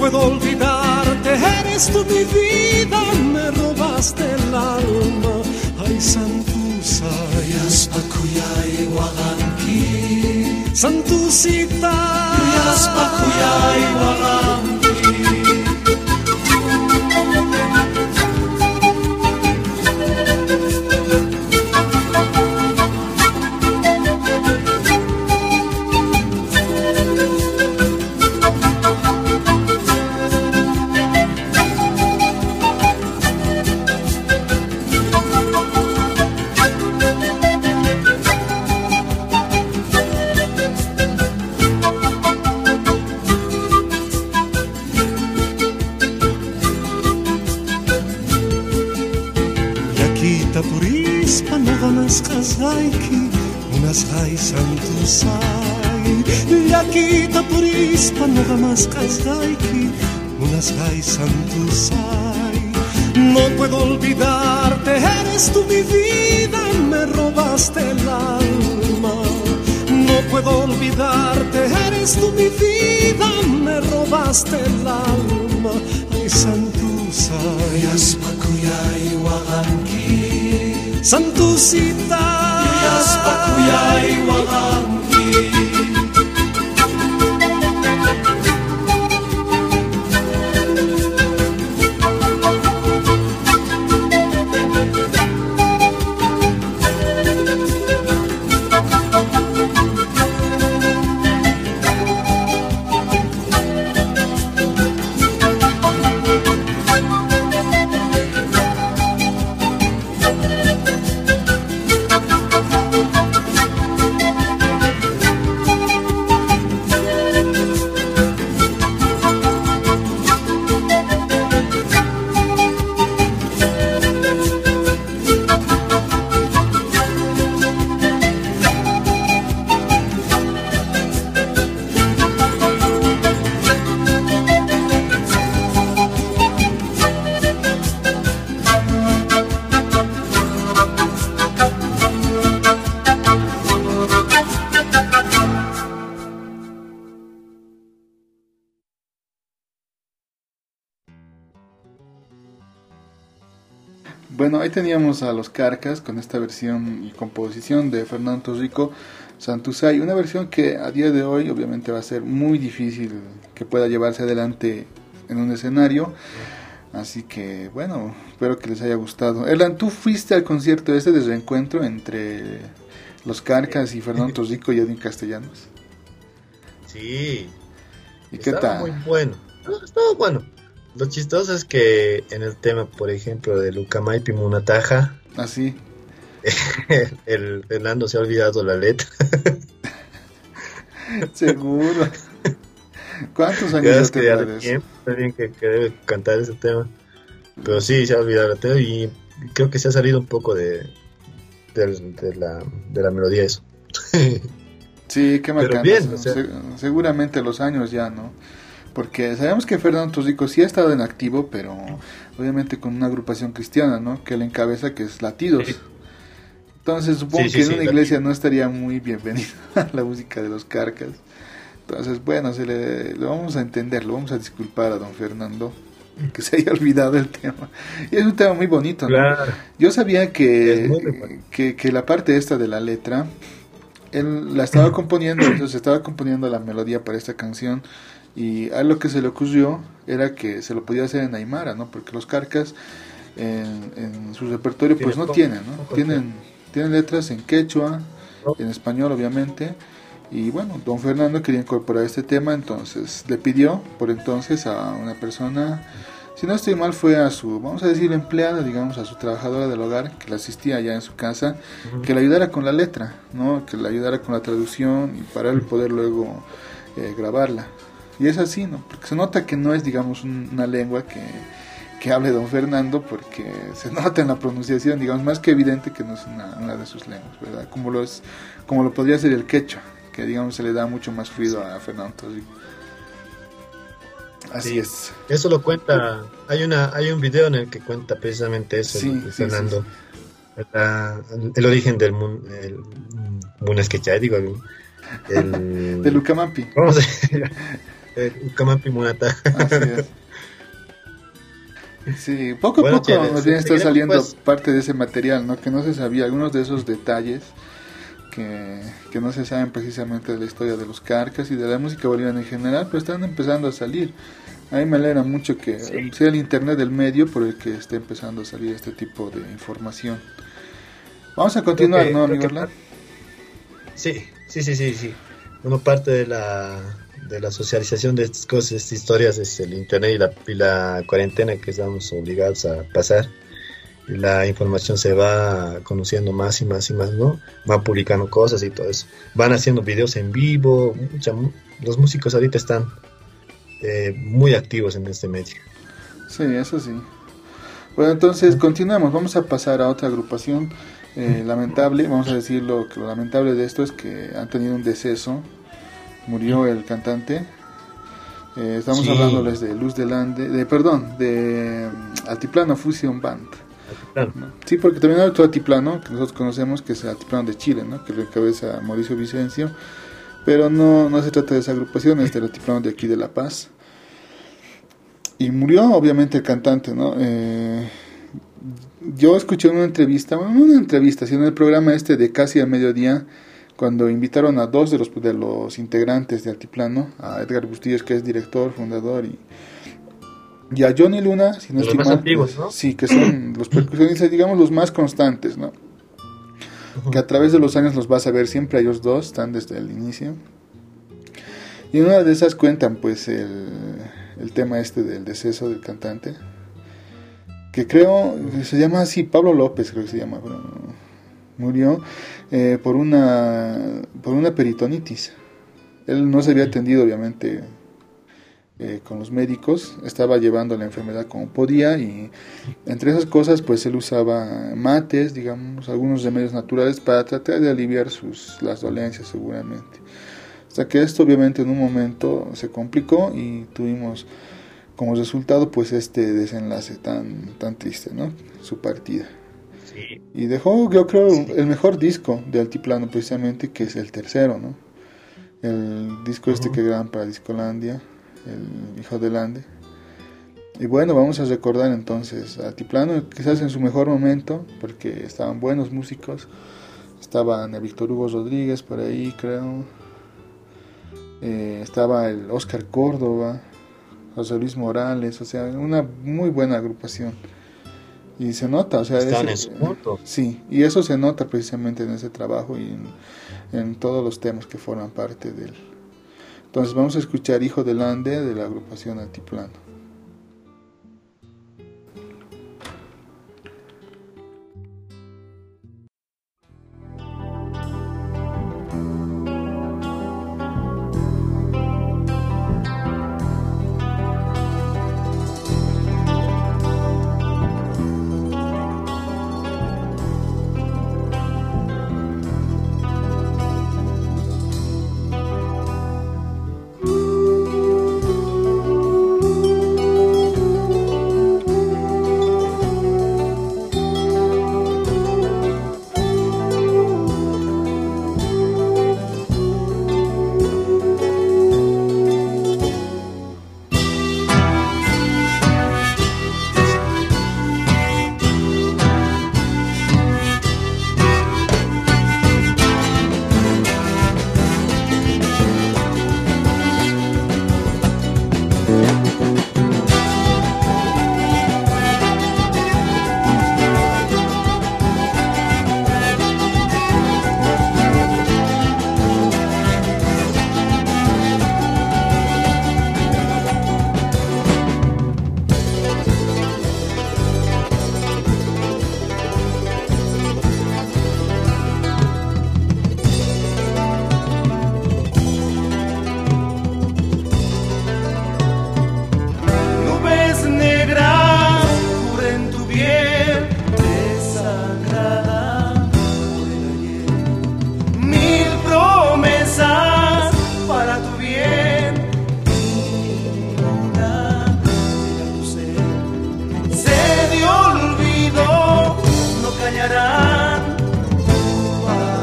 [SPEAKER 5] puedo olvidarte, eres tú mi vida, me robaste el alma. Ay, Santuza,
[SPEAKER 1] Yaspakuyay Waganki,
[SPEAKER 5] Santucita,
[SPEAKER 1] Yaspakuyay Waganki.
[SPEAKER 5] Kazajki, unas hay Santusay. Yakita purispa, nada más Kazajki, unas hay Santusay. No puedo olvidarte, eres tú mi vida, me robaste el alma. No puedo olvidarte, eres tú mi vida, me robaste el alma. Ay, Santusay,
[SPEAKER 1] Yaspakuyay Waganki,
[SPEAKER 5] Santucita,
[SPEAKER 1] Yaspakuyay Waganki.
[SPEAKER 4] Bueno, ahí teníamos a Los Carcas con esta versión y composición de Fernando Torrico, Santusay, una versión que a día de hoy obviamente va a ser muy difícil que pueda llevarse adelante en un escenario, así que bueno, espero que les haya gustado. Erlan, ¿tú fuiste al concierto ese de reencuentro entre Los Carcas y Fernando Torrico y Edwin Castellanos?
[SPEAKER 2] Sí.
[SPEAKER 4] ¿Y qué tal?
[SPEAKER 2] Muy bueno. Estaba bueno. Lo chistoso es que en el tema, por ejemplo, de Lucamaipi Munataja,
[SPEAKER 4] así
[SPEAKER 2] el Fernando se ha olvidado la letra.
[SPEAKER 4] Seguro. ¿Cuántos años
[SPEAKER 2] ya de tiempo también que debe cantar ese tema? Pero sí, se ha olvidado la letra y creo que se ha salido un poco de la melodía eso.
[SPEAKER 4] Sí, qué marcante.
[SPEAKER 2] Bien, o sea,
[SPEAKER 4] seguramente los años ya, ¿no? Porque sabemos que Fernando Torrico sí ha estado en activo, pero obviamente con una agrupación cristiana, ¿no? Que él encabeza, que es Latidos. Sí. Entonces supongo que en una iglesia no estaría muy bienvenido a la música de Los Carcas. Entonces, bueno, lo vamos a entender, lo vamos a disculpar a don Fernando, que se haya olvidado el tema. Y es un tema muy bonito, ¿no? Claro. Yo sabía que la parte esta de la letra, él la estaba componiendo, entonces estaba componiendo la melodía para esta canción. Y a lo que se le ocurrió era que se lo podía hacer en aymara, ¿no? Porque Los Carcas en su repertorio pues no tienen, ¿no? Tienen letras en quechua, en español obviamente. Y bueno, don Fernando quería incorporar este tema, entonces le pidió por entonces a una persona, si no estoy mal fue a su, vamos a decir empleada, digamos, a su trabajadora del hogar, que la asistía allá en su casa, que le ayudara con la letra, ¿no? Que le ayudara con la traducción y para él poder luego grabarla. Y es así, ¿no? Porque se nota que no es, digamos, una lengua que hable don Fernando, porque se nota en la pronunciación, digamos, más que evidente que no es una de sus lenguas, ¿verdad? Como lo podría ser el quechua, que, digamos, se le da mucho más fluido a Fernando Torrico. Así sí, es.
[SPEAKER 2] Eso lo cuenta, hay un video en el que cuenta precisamente eso, sí, de Fernando. Sí. El origen del Munas Quechua, digo,
[SPEAKER 4] de Lucamampi.
[SPEAKER 2] Vamos a decir. Ucamampi Munata.
[SPEAKER 4] Así es. Sí, poco a
[SPEAKER 2] Bueno,
[SPEAKER 4] poco
[SPEAKER 2] chévere,
[SPEAKER 4] más bien
[SPEAKER 2] si
[SPEAKER 4] está
[SPEAKER 2] queremos,
[SPEAKER 4] saliendo
[SPEAKER 2] pues,
[SPEAKER 4] parte de ese material, ¿no? Que no se sabía, algunos de esos detalles que no se saben precisamente de la historia de los carcas y de la música boliviana en general, pero están empezando a salir. A mí me alegra mucho que sea el internet el medio por el que esté empezando a salir este tipo de información. Vamos a continuar, ¿no, amigo Orlando?
[SPEAKER 2] Sí. Bueno, parte de la socialización de estas cosas, estas historias, es el internet y la cuarentena que estamos obligados a pasar. Y la información se va conociendo más y más, ¿no? Van publicando cosas y todo eso. Van haciendo videos en vivo. Los músicos ahorita están muy activos en este medio.
[SPEAKER 4] Sí, eso sí. Bueno, entonces continuamos. Vamos a pasar a otra agrupación lamentable. Vamos a decirlo, que lo lamentable de esto es que han tenido un deceso. Murió el cantante. Estamos hablándoles de Luz del Ande, de Altiplano Fusion Band. ¿No? Sí, porque también hay otro altiplano que nosotros conocemos, que es el altiplano de Chile, ¿no? Que lo encabeza Mauricio Vicencio, pero no se trata de esa agrupación, es del altiplano de aquí de La Paz. Y murió obviamente el cantante, ¿no? Yo escuché una entrevista, sino en el programa de Casi al Mediodía, cuando invitaron a dos de los integrantes de Altiplano, a Edgar Bustillos, que es director, fundador, y a Johnny Luna, si no estoy mal,
[SPEAKER 2] antiguos, ¿no?
[SPEAKER 4] Sí, que son los percusionistas, digamos, los más constantes, ¿no? Que a través de los años los vas a ver siempre, ellos dos están desde el inicio. Y en una de esas cuentan, pues, el tema del deceso del cantante, que creo que se llama así, Pablo López, creo que se llama, pero murió por una peritonitis. Él no se había atendido, obviamente, con los médicos, estaba llevando la enfermedad como podía, y entre esas cosas pues él usaba mates, digamos, algunos remedios naturales para tratar de aliviar las dolencias seguramente, hasta que esto obviamente en un momento se complicó y tuvimos como resultado pues este desenlace tan triste, ¿no? Su partida.
[SPEAKER 2] Sí.
[SPEAKER 4] Y dejó, yo creo, el mejor disco de Altiplano precisamente, que es el tercero, ¿no? El disco que graban para Discolandia, el Hijo del Ande. Y bueno, vamos a recordar entonces a Altiplano, quizás en su mejor momento, porque estaban buenos músicos. Estaban el Víctor Hugo Rodríguez por ahí, creo. Estaba el Oscar Córdoba, José Luis Morales, o sea, una muy buena agrupación. Y se nota, o sea,
[SPEAKER 2] están en su punto.
[SPEAKER 4] Sí, y eso se nota precisamente en ese trabajo y en todos los temas que forman parte de él. Entonces vamos a escuchar Hijo del Ande de la agrupación Altiplano.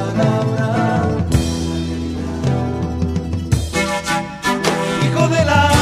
[SPEAKER 1] Hijo de la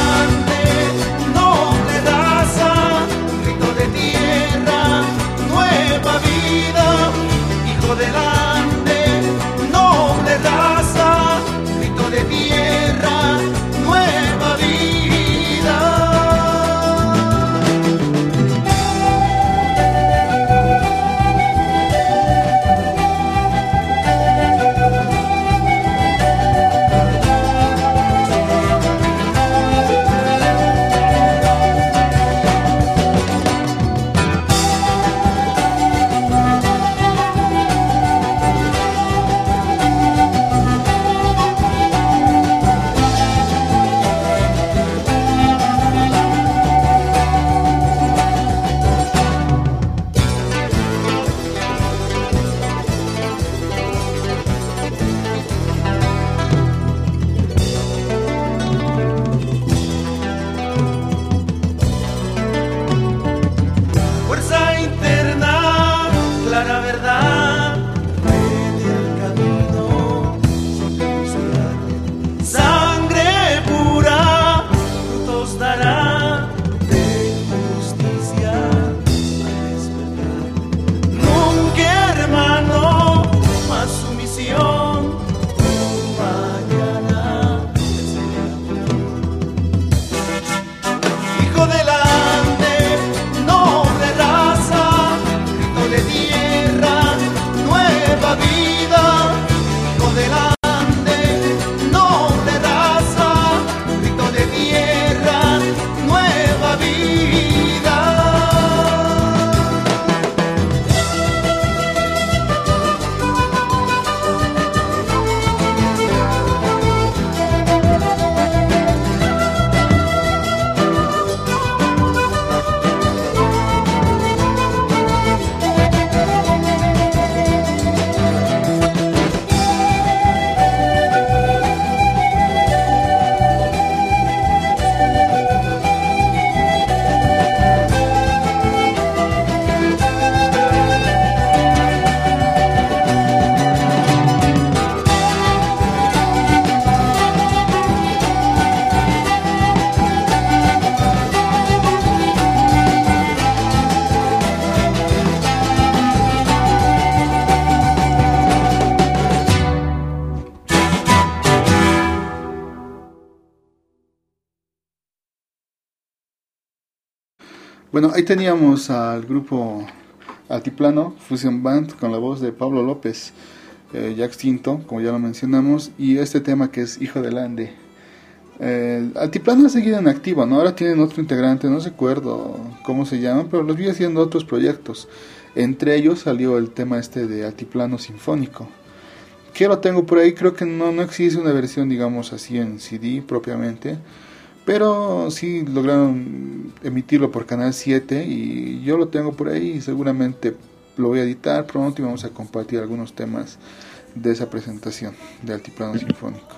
[SPEAKER 4] Bueno, ahí teníamos al grupo Altiplano, Fusion Band, con la voz de Pablo López, ya extinto, como ya lo mencionamos, y este tema que es Hijo del Ande. Altiplano ha seguido en activo, ¿no? Ahora tienen otro integrante, no recuerdo cómo se llama, pero los vi haciendo otros proyectos. Entre ellos salió el tema este de Altiplano Sinfónico, que lo tengo por ahí. Creo que no existe una versión, digamos así, en CD propiamente, pero sí lograron emitirlo por Canal 7 y yo lo tengo por ahí y seguramente lo voy a editar pronto y vamos a compartir algunos temas de esa presentación de Altiplano Sinfónico.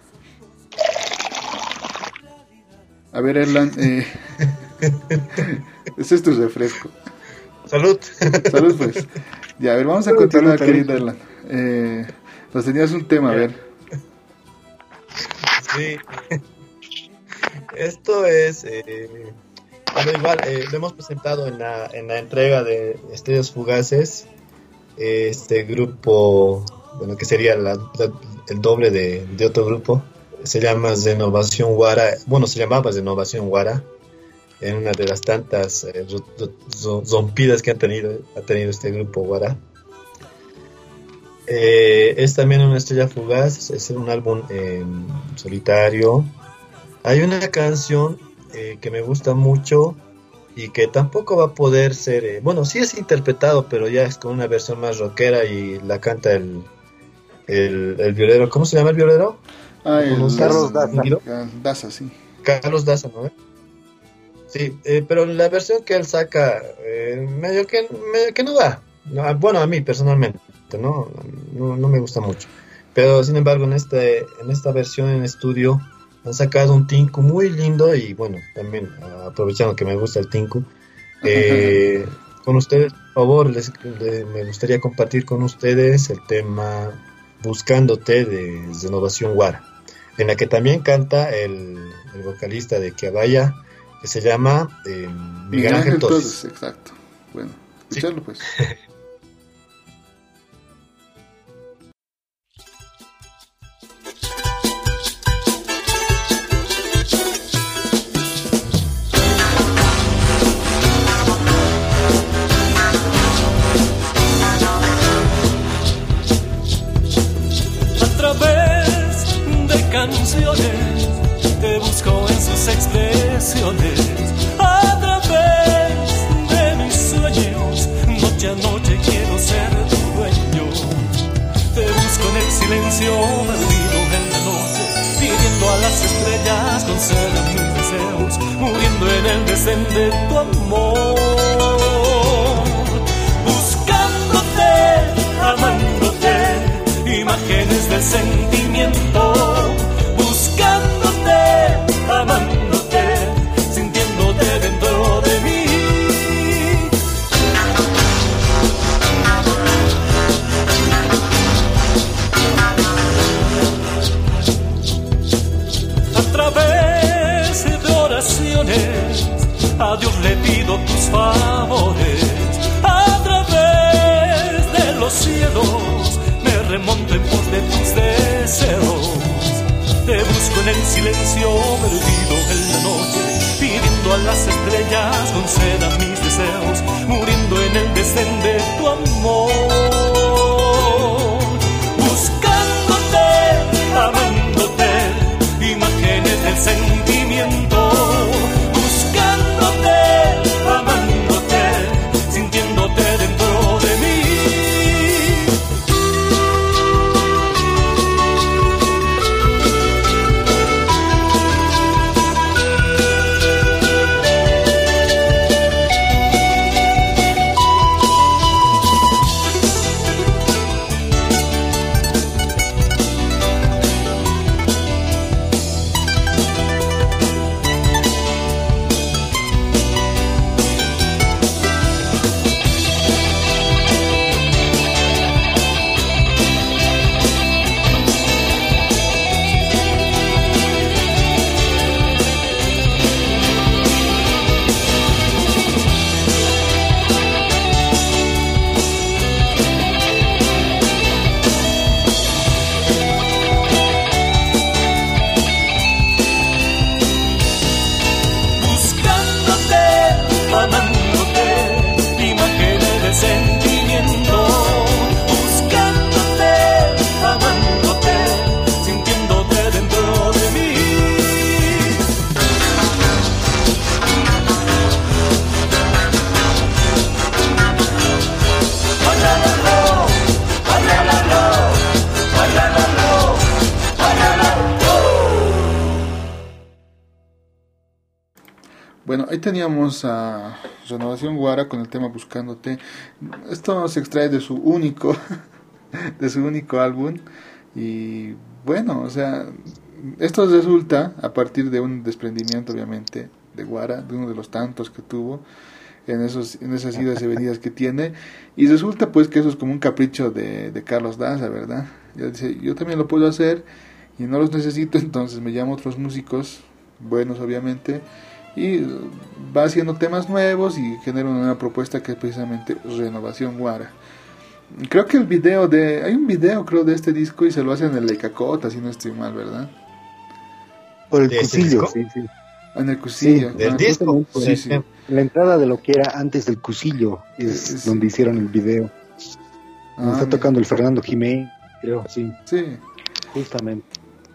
[SPEAKER 4] A ver, Erlan, ese es tu refresco.
[SPEAKER 2] Salud.
[SPEAKER 4] Salud, pues. Ya, a ver, vamos a continuar, querido Erlan. Pues tenías un tema, a ver.
[SPEAKER 2] Sí. Esto es, bueno, igual, lo hemos presentado en la entrega de Estrellas Fugaces, este grupo, bueno, que sería el doble de otro grupo, se llama Renovación Guara, bueno, se llamaba Renovación Guara, en una de las tantas rompidas que ha tenido este grupo Guara. Es también una estrella fugaz, es un álbum solitario. Hay una canción que me gusta mucho y que tampoco va a poder ser, bueno, sí es interpretado, pero ya es con una versión más rockera y la canta el violero. ¿Cómo se llama el violero?
[SPEAKER 3] Carlos Daza.
[SPEAKER 4] Daza, sí.
[SPEAKER 2] Carlos Daza, ¿no? Sí, pero la versión que él saca, medio que no va. No, bueno, a mí personalmente, no me gusta mucho. Pero sin embargo, en esta versión en estudio han sacado un tinku muy lindo y bueno, también aprovechando que me gusta el tinku, con ustedes, por favor, me gustaría compartir con ustedes el tema Buscándote de Renovación Guara, en la que también canta el vocalista de Que Vaya, que se llama Miguel Ángel Toses.
[SPEAKER 4] Exacto. Bueno, escucharlo sí. Pues.
[SPEAKER 1] Canciones, te busco en sus expresiones, a través de mis sueños, noche a noche quiero ser tu dueño. Te busco en el silencio perdido en la noche, pidiendo a las estrellas concedan mis deseos, muriendo en el desdén de tu amor. Buscándote, amándote, imágenes del sentimiento. Amándote, sintiéndote dentro de mí. A través de oraciones, a Dios le pido tus favores. A través de los cielos, me remonto en pos de tus deseos. Te busco en el silencio perdido en la noche, pidiendo a las estrellas concedan mis deseos, muriendo en el desdén de tu amor. Buscándote, amándote, imágenes del sentimiento. Buscándote, amándote, sintiéndote dentro de mí.
[SPEAKER 4] Bueno, ahí teníamos a Renovación Guara con el tema Buscándote. Esto se extrae de su único de su único álbum. Y bueno, o sea, esto resulta a partir de un desprendimiento, obviamente, de Guara, de uno de los tantos que tuvo en esas idas y venidas que tiene. Y resulta pues que eso es como un capricho de Carlos Daza, ¿verdad? Ya dice, yo también lo puedo hacer y no los necesito, entonces me llamo a otros músicos, buenos obviamente, y va haciendo temas nuevos y genera una nueva propuesta que es precisamente Renovación Guara. Creo que hay un video creo de este disco y se lo hacen en el Lecacota, si no estoy mal, ¿verdad?
[SPEAKER 3] Por el
[SPEAKER 2] ¿De ese
[SPEAKER 3] Cusillo,
[SPEAKER 2] disco?
[SPEAKER 3] sí, sí.
[SPEAKER 4] En el Cusillo.
[SPEAKER 3] Sí,
[SPEAKER 2] del disco.
[SPEAKER 4] Sí, sí.
[SPEAKER 3] La entrada de lo que era antes del Cusillo es donde hicieron el video. Donde está tocando el Fernando Jiménez, creo, sí.
[SPEAKER 4] Sí.
[SPEAKER 3] Justamente.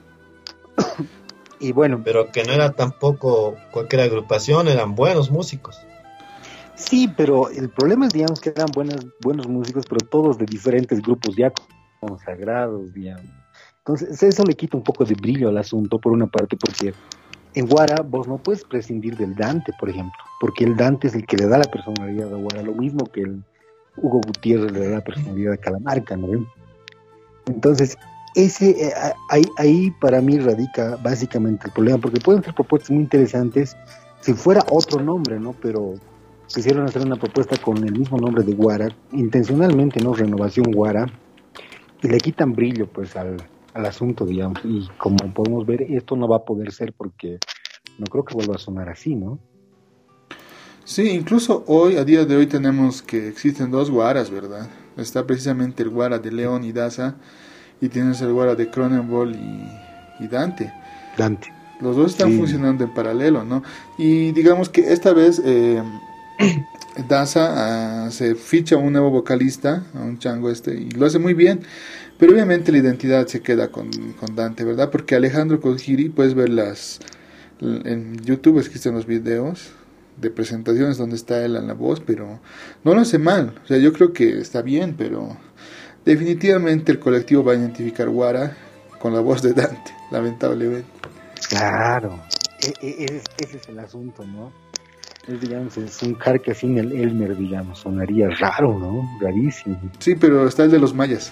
[SPEAKER 3] Y bueno,
[SPEAKER 2] Pero que no era tampoco cualquier agrupación, eran buenos músicos.
[SPEAKER 3] sí, pero el problema es, digamos, que eran buenos músicos, pero todos de diferentes grupos ya consagrados, digamos. Entonces, eso le quita un poco de brillo al asunto, por una parte, porque en Guara vos no puedes prescindir del Dante, por ejemplo, porque el Dante es el que le da la personalidad a Guara, lo mismo que el Hugo Gutiérrez le da la personalidad a Calamarca, ¿no? Entonces, ahí para mí radica básicamente el problema, porque pueden ser propuestas muy interesantes si fuera otro nombre, ¿no? Pero quisieron hacer una propuesta con el mismo nombre de Guara, intencionalmente, ¿no? Renovación Guara, y le quitan brillo, pues, al asunto, digamos, y como podemos ver, esto no va a poder ser porque no creo que vuelva a sonar así, ¿no?
[SPEAKER 4] Sí, incluso hoy, a día de hoy, tenemos que existen dos Guaras, ¿verdad? Está precisamente el Guara de León y Daza, y tienes el Guara de Cronenbol y Dante.
[SPEAKER 3] Dante.
[SPEAKER 4] Los dos están funcionando en paralelo, ¿no? Y digamos que esta vez Daza se ficha a un nuevo vocalista, a un chango y lo hace muy bien, pero obviamente la identidad se queda con Dante, ¿verdad? Porque Alejandro Cojiri, puedes ver en YouTube existen los videos de presentaciones donde está él en la voz, pero no lo hace mal, o sea, yo creo que está bien, pero definitivamente el colectivo va a identificar Guara con la voz de Dante, lamentablemente.
[SPEAKER 3] Claro, ese es el asunto, ¿no? Digamos, es un Carca sin el Elmer, digamos, sonaría raro, ¿no? Rarísimo.
[SPEAKER 4] Sí, pero está el de los mayas.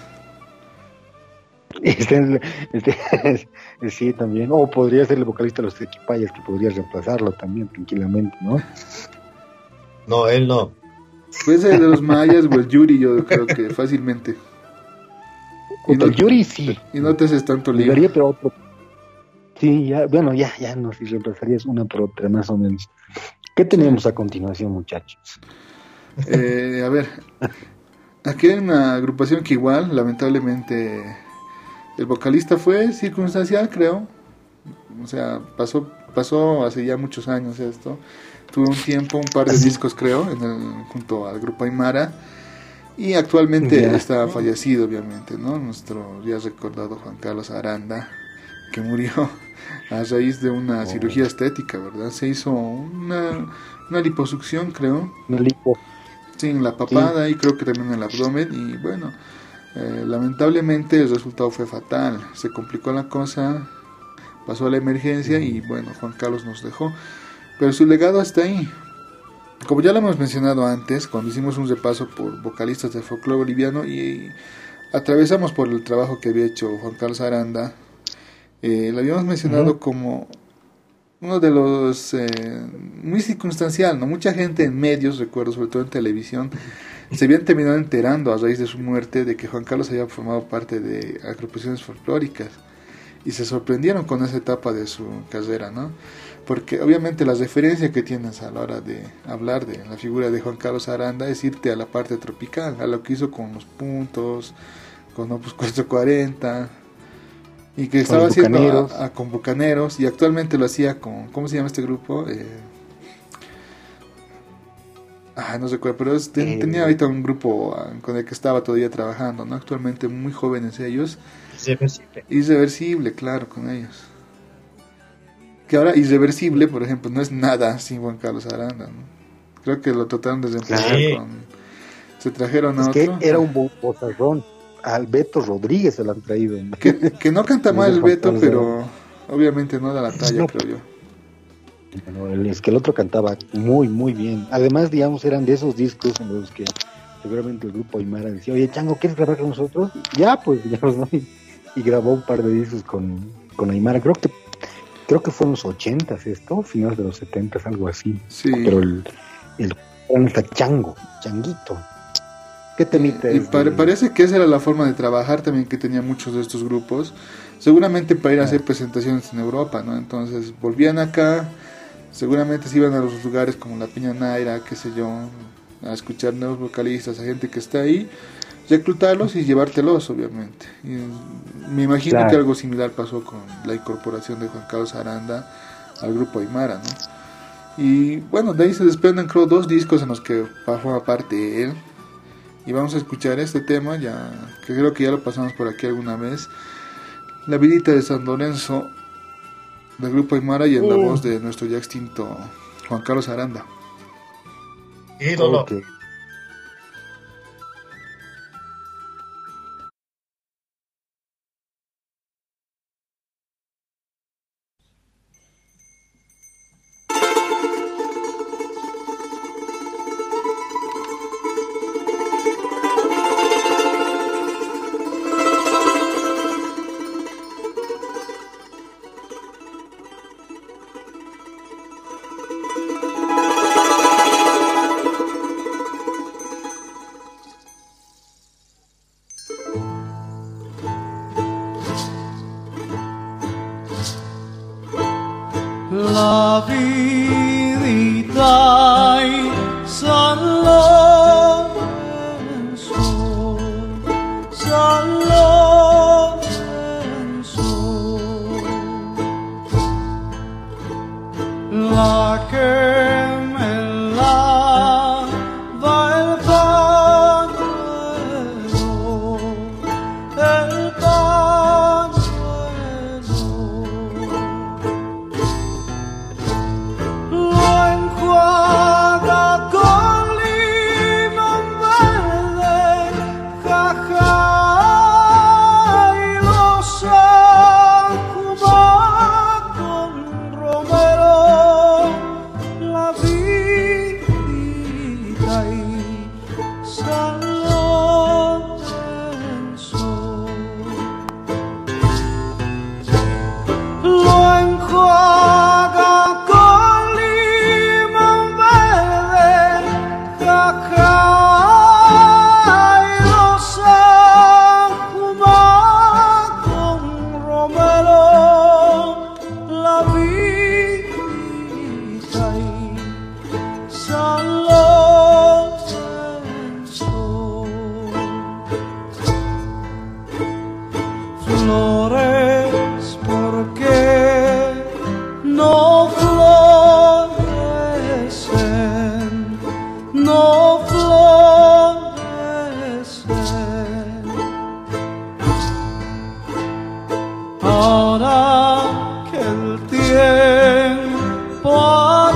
[SPEAKER 3] Sí, también. O podría ser el vocalista de los Equipayas, que podría reemplazarlo también, tranquilamente, ¿no?
[SPEAKER 2] No, él no.
[SPEAKER 4] Puede ser el de los mayas o el Yuri, yo creo que fácilmente.
[SPEAKER 3] El Yuri sí.
[SPEAKER 4] Y no te haces tanto lío.
[SPEAKER 3] Pero otro. Sí, ya, bueno, ya no, si reemplazarías una por otra, más o menos. ¿Qué tenemos a continuación, muchachos?
[SPEAKER 4] A ver, aquí hay una agrupación que igual, lamentablemente, el vocalista fue circunstancial, creo. O sea, pasó hace ya muchos años esto. Tuvo un tiempo, un par de discos, creo, junto al grupo Aymara. Y actualmente está fallecido, obviamente, ¿no? Nuestro ya recordado Juan Carlos Aranda, que murió a raíz de una cirugía estética, ¿verdad? Se hizo una liposucción, creo.
[SPEAKER 3] Una lipo.
[SPEAKER 4] Sí, en la papada y creo que también en el abdomen. Y bueno, lamentablemente el resultado fue fatal. Se complicó la cosa, pasó a la emergencia y bueno, Juan Carlos nos dejó. Pero su legado está ahí. Como ya lo hemos mencionado antes, cuando hicimos un repaso por vocalistas del folclore boliviano y atravesamos por el trabajo que había hecho Juan Carlos Aranda, lo habíamos mencionado como uno de los muy circunstancial, ¿no? Mucha gente en medios, recuerdo, sobre todo en televisión, se habían terminado enterando a raíz de su muerte de que Juan Carlos había formado parte de agrupaciones folclóricas y se sorprendieron con esa etapa de su carrera, ¿no? Porque obviamente la referencia que tienes a la hora de hablar de la figura de Juan Carlos Aranda es irte a la parte tropical, a lo que hizo con Los Puntos, con Opus 440, y que estaba haciendo con Bucaneros, y actualmente lo hacía con, ¿cómo se llama este grupo? No recuerdo, pero tenía ahorita un grupo con el que estaba todavía trabajando, ¿no? Actualmente muy jóvenes ellos. Irreversible, claro, con ellos. Que ahora Irreversible, por ejemplo, no es nada sin Juan Carlos Aranda, ¿no? Creo que lo trataron de reemplazar se trajeron a otro.
[SPEAKER 3] Que era un bozarrón. Al Beto Rodríguez se lo han traído, ¿no?
[SPEAKER 4] Que no canta mal el Beto, pero obviamente no da la talla, creo yo.
[SPEAKER 3] Bueno, es que el otro cantaba muy, muy bien. Además, digamos, eran de esos discos en los que seguramente el grupo Aymara decía, oye, Chango, ¿quieres grabar con nosotros? Ya, pues, digamos, ¿no? Y grabó un par de discos con Aymara. Creo que fue en los 80s esto, finales de los 70s, algo así.
[SPEAKER 4] Sí.
[SPEAKER 3] Pero el hasta Changuito. ¿Qué temita es?
[SPEAKER 4] Parece que esa era la forma de trabajar también que tenían muchos de estos grupos, seguramente para ir a hacer presentaciones en Europa, ¿no? Entonces volvían acá, seguramente se iban a los lugares como la Peña Naira, qué sé yo, a escuchar nuevos vocalistas, a gente que está ahí, reclutarlos y llevártelos, obviamente. Y me imagino que algo similar pasó con la incorporación de Juan Carlos Aranda al grupo Aymara, ¿no? Y bueno, de ahí se desprenden, creo, 2 discos en los que forma parte él. Y vamos a escuchar este tema, ya que creo que ya lo pasamos por aquí alguna vez, La vidita de San Lorenzo, del grupo Aymara, y en la voz de nuestro ya extinto Juan Carlos Aranda.
[SPEAKER 2] Ídolo.
[SPEAKER 3] Okay.
[SPEAKER 1] La vidita y San Lorenzo, San Lorenzo, la que me lava el pañuelo, el pañuelo. Lo enjuaga con limón verde, jaja, y lo sacuma con romero, la vidita y San Lorenzo. Lo enjuaga con limón verde, jaja, y lo sacuma con romero, la vidita y San Lorenzo. Flores, porque no florecen, no florecen. Ahora que el tiempo ha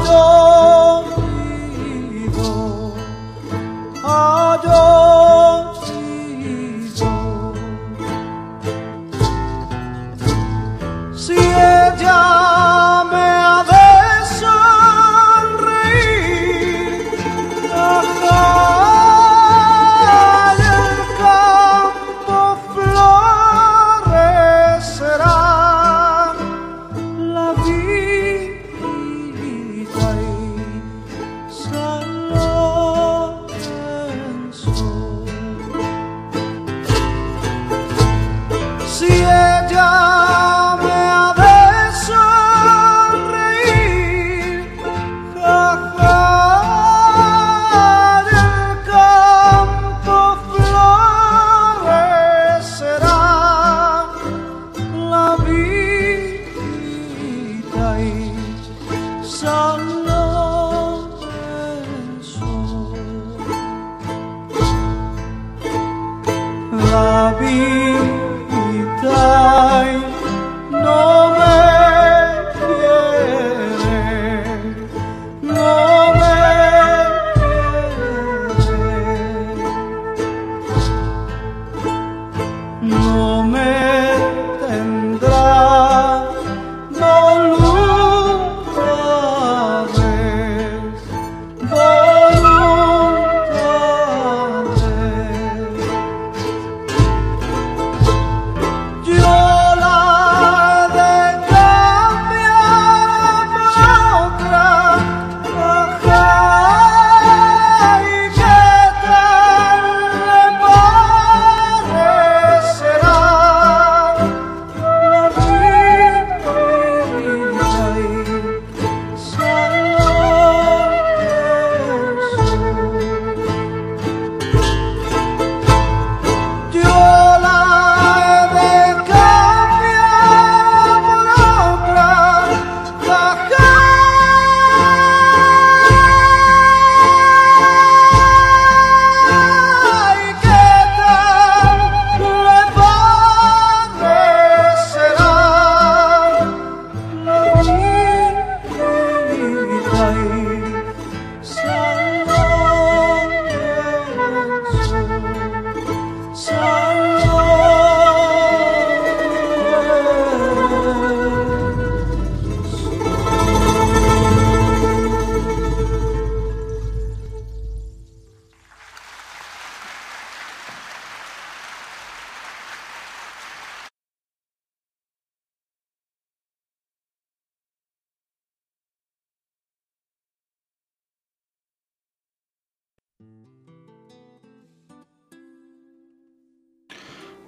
[SPEAKER 1] llovido, ha llovido. Si ella me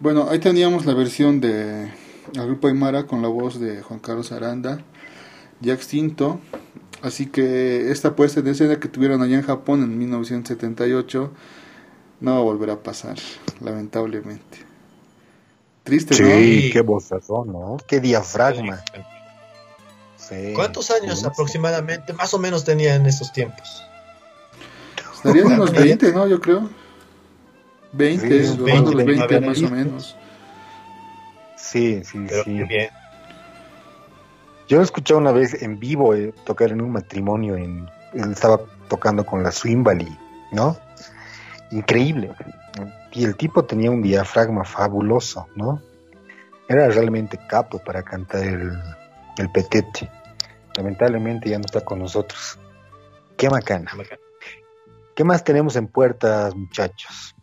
[SPEAKER 4] Bueno, ahí teníamos la versión de el grupo Aymara con la voz de Juan Carlos Aranda, ya extinto. Así que esta puesta en escena que tuvieron allá en Japón en 1978 no va a volver a pasar, lamentablemente. Triste,
[SPEAKER 3] Sí,
[SPEAKER 4] ¿no?
[SPEAKER 3] sí, qué vozazón, ¿no? Qué diafragma.
[SPEAKER 2] Sí. ¿Cuántos años aproximadamente, más o menos, tenía en estos tiempos?
[SPEAKER 4] Estarían en unos 20, ¿no? Yo creo. 20, sí, 20 más o menos.
[SPEAKER 3] Sí.
[SPEAKER 2] Pero qué bien.
[SPEAKER 3] Yo he escuchado una vez en vivo tocar en un matrimonio, él estaba tocando con la Swimbali, ¿no? Increíble. Y el tipo tenía un diafragma fabuloso, ¿no? Era realmente capo para cantar el petete. Lamentablemente ya no está con nosotros. Qué macana. ¿Qué más tenemos en puertas, muchachos?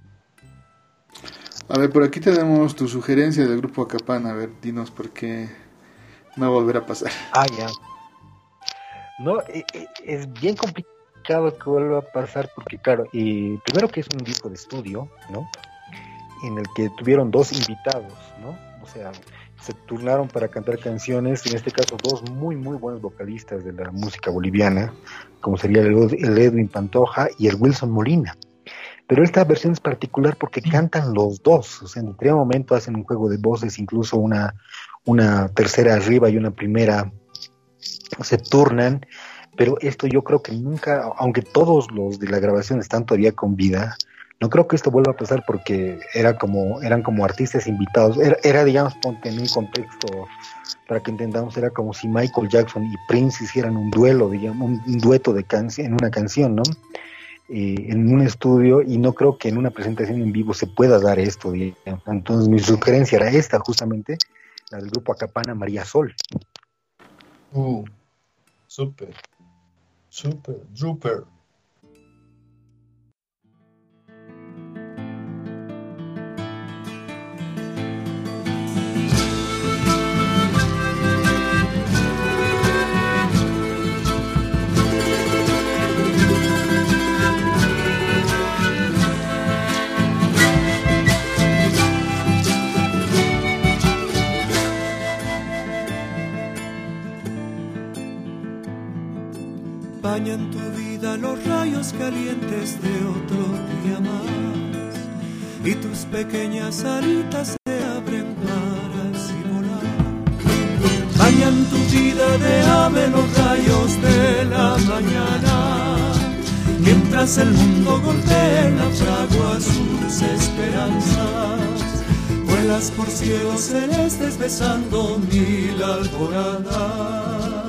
[SPEAKER 4] A ver, por aquí tenemos tu sugerencia del grupo Acapana. A ver, dinos por qué no va a volver a pasar.
[SPEAKER 3] Ya. No, es bien complicado que vuelva a pasar porque, claro, primero que es un disco de estudio, ¿no? En el que tuvieron 2 invitados, ¿no? O sea, se turnaron para cantar canciones, en este caso 2 muy, muy buenos vocalistas de la música boliviana, como sería el Edwin Pantoja y el Wilson Molina. Pero esta versión es particular porque cantan los 2, o sea, en determinado momento hacen un juego de voces, incluso una tercera arriba y una primera se turnan, pero esto yo creo que nunca, aunque todos los de la grabación están todavía con vida, no creo que esto vuelva a pasar porque eran como artistas invitados, era digamos, ponte en un contexto, para que entendamos, era como si Michael Jackson y Prince hicieran un duelo, digamos, un dueto en una canción, ¿no? En un estudio, y no creo que en una presentación en vivo se pueda dar esto, digamos. Entonces mi sugerencia era esta, justamente, la del grupo Acapana, María Sol.
[SPEAKER 2] Súper.
[SPEAKER 5] Bañan tu vida los rayos calientes de otro día más, y tus pequeñas alitas se abren para así volar. Bañan tu vida de ave los rayos de la mañana, mientras el mundo golpea en la fragua sus esperanzas. Vuelas por cielos celestes besando mil alboradas.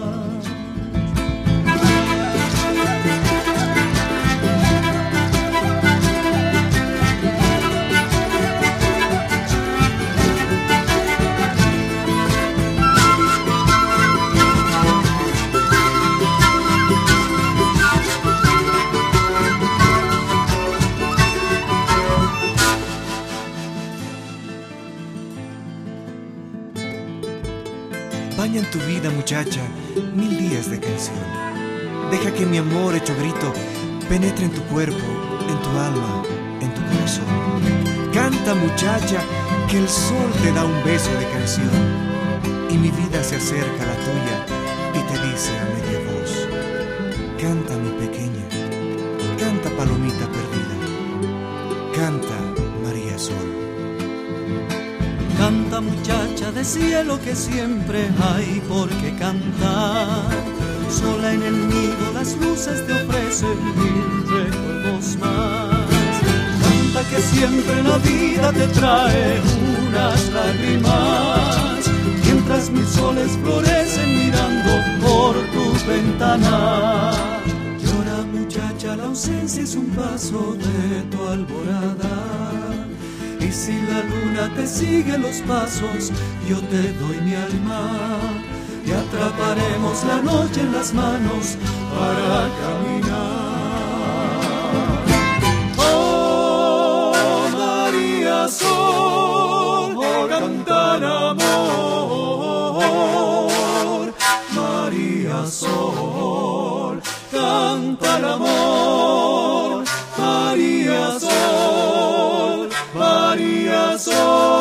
[SPEAKER 5] Baña en tu vida, muchacha, mil días de canción. Deja que mi amor hecho grito penetre en tu cuerpo, en tu alma, en tu corazón. Canta, muchacha, que el sol te da un beso de canción, y mi vida se acerca a la tuya y te dice a media voz: canta, mi pequeña, canta, palomita perdida, canta, María Sol. Canta, muchacha de cielo, que siempre hay por qué cantar. Sola en el nido las luces te ofrecen mil recuerdos más. Canta, que siempre la vida te trae unas lágrimas, mientras mil soles florecen mirando por tu ventana. Llora, muchacha, la ausencia es un paso de tu alborada. Y si la luna te sigue los pasos, yo te doy mi alma, y atraparemos la noche en las manos para caminar. Oh, María Sol, cantar amor. María Sol, canta el amor. María Sol, María Sol.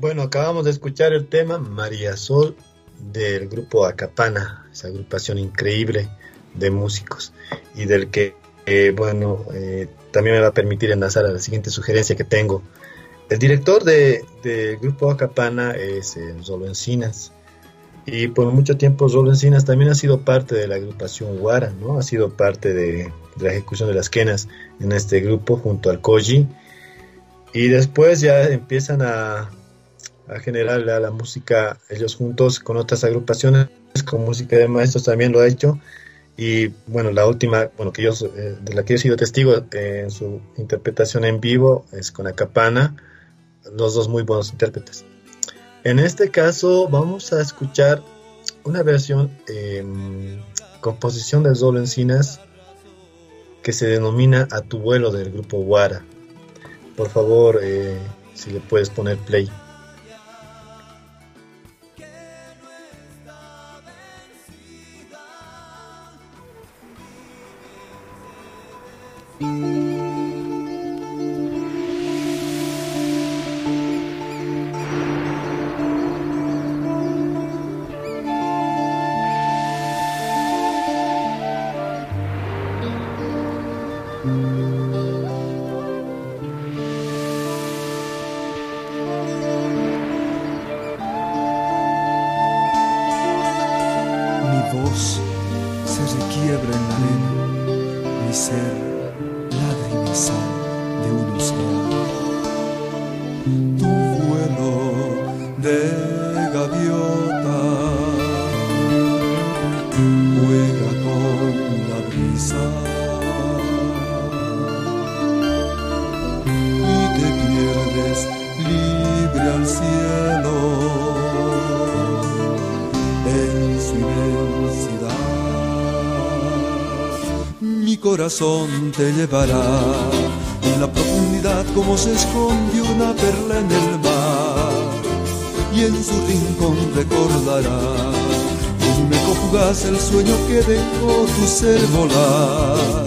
[SPEAKER 2] Bueno, acabamos de escuchar el tema María Sol del grupo Acapana, esa agrupación increíble de músicos y del que, también me va a permitir enlazar a la siguiente sugerencia que tengo. El director del grupo Acapana es Rolo Encinas, y por mucho tiempo Rolo Encinas también ha sido parte de la agrupación Guara, ¿no? Ha sido parte de la ejecución de las quenas en este grupo junto al Koji, y después ya empiezan a generar la música ellos juntos con otras agrupaciones, con música de maestros también lo ha hecho. Y bueno, la última, que yo de la que he sido testigo en su interpretación en vivo es con Acapana, los dos muy buenos intérpretes. En este caso vamos a escuchar una versión composición de Rolo Encinas que se denomina A tu vuelo, del grupo Guara. Por favor, si le puedes poner play.
[SPEAKER 5] Corazón te llevará en la profundidad como se esconde una perla en el mar, y en su rincón recordará con un eco fugaz el sueño que dejó tu ser volar.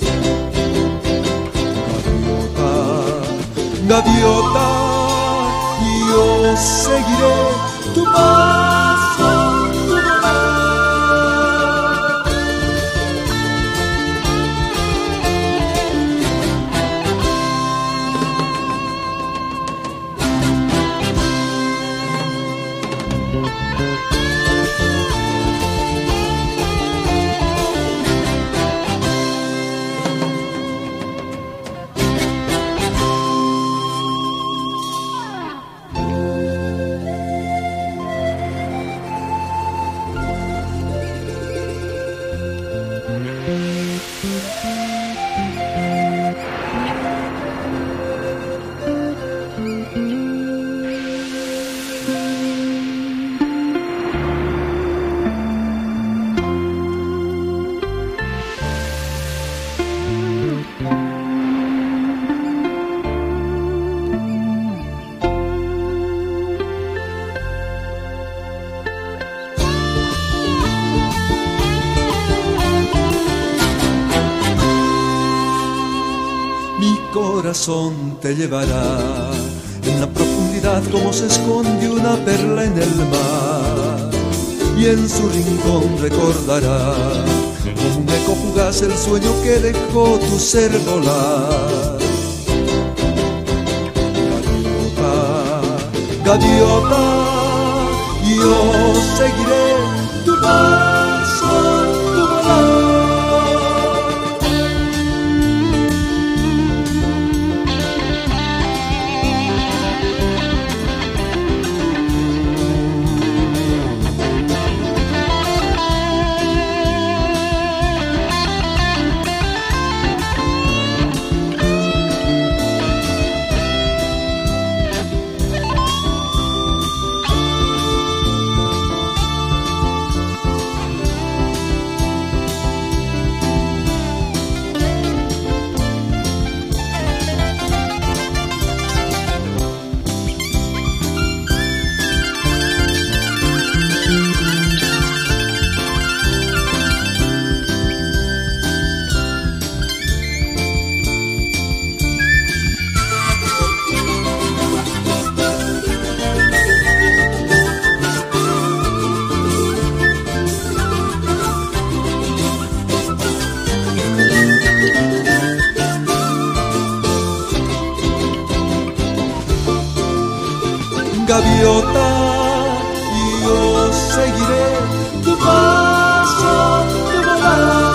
[SPEAKER 5] Gaviota, gaviota, yo seguiré tu paso, tu volar. Corazón te llevará en la profundidad como se esconde una perla en el mar, y en su rincón recordará como un eco fugaz el sueño que dejó tu ser volar. Gaviota, gaviota, yo seguiré tu paso, tu volar. gaviota, y yo seguiré tu paso, tu volar.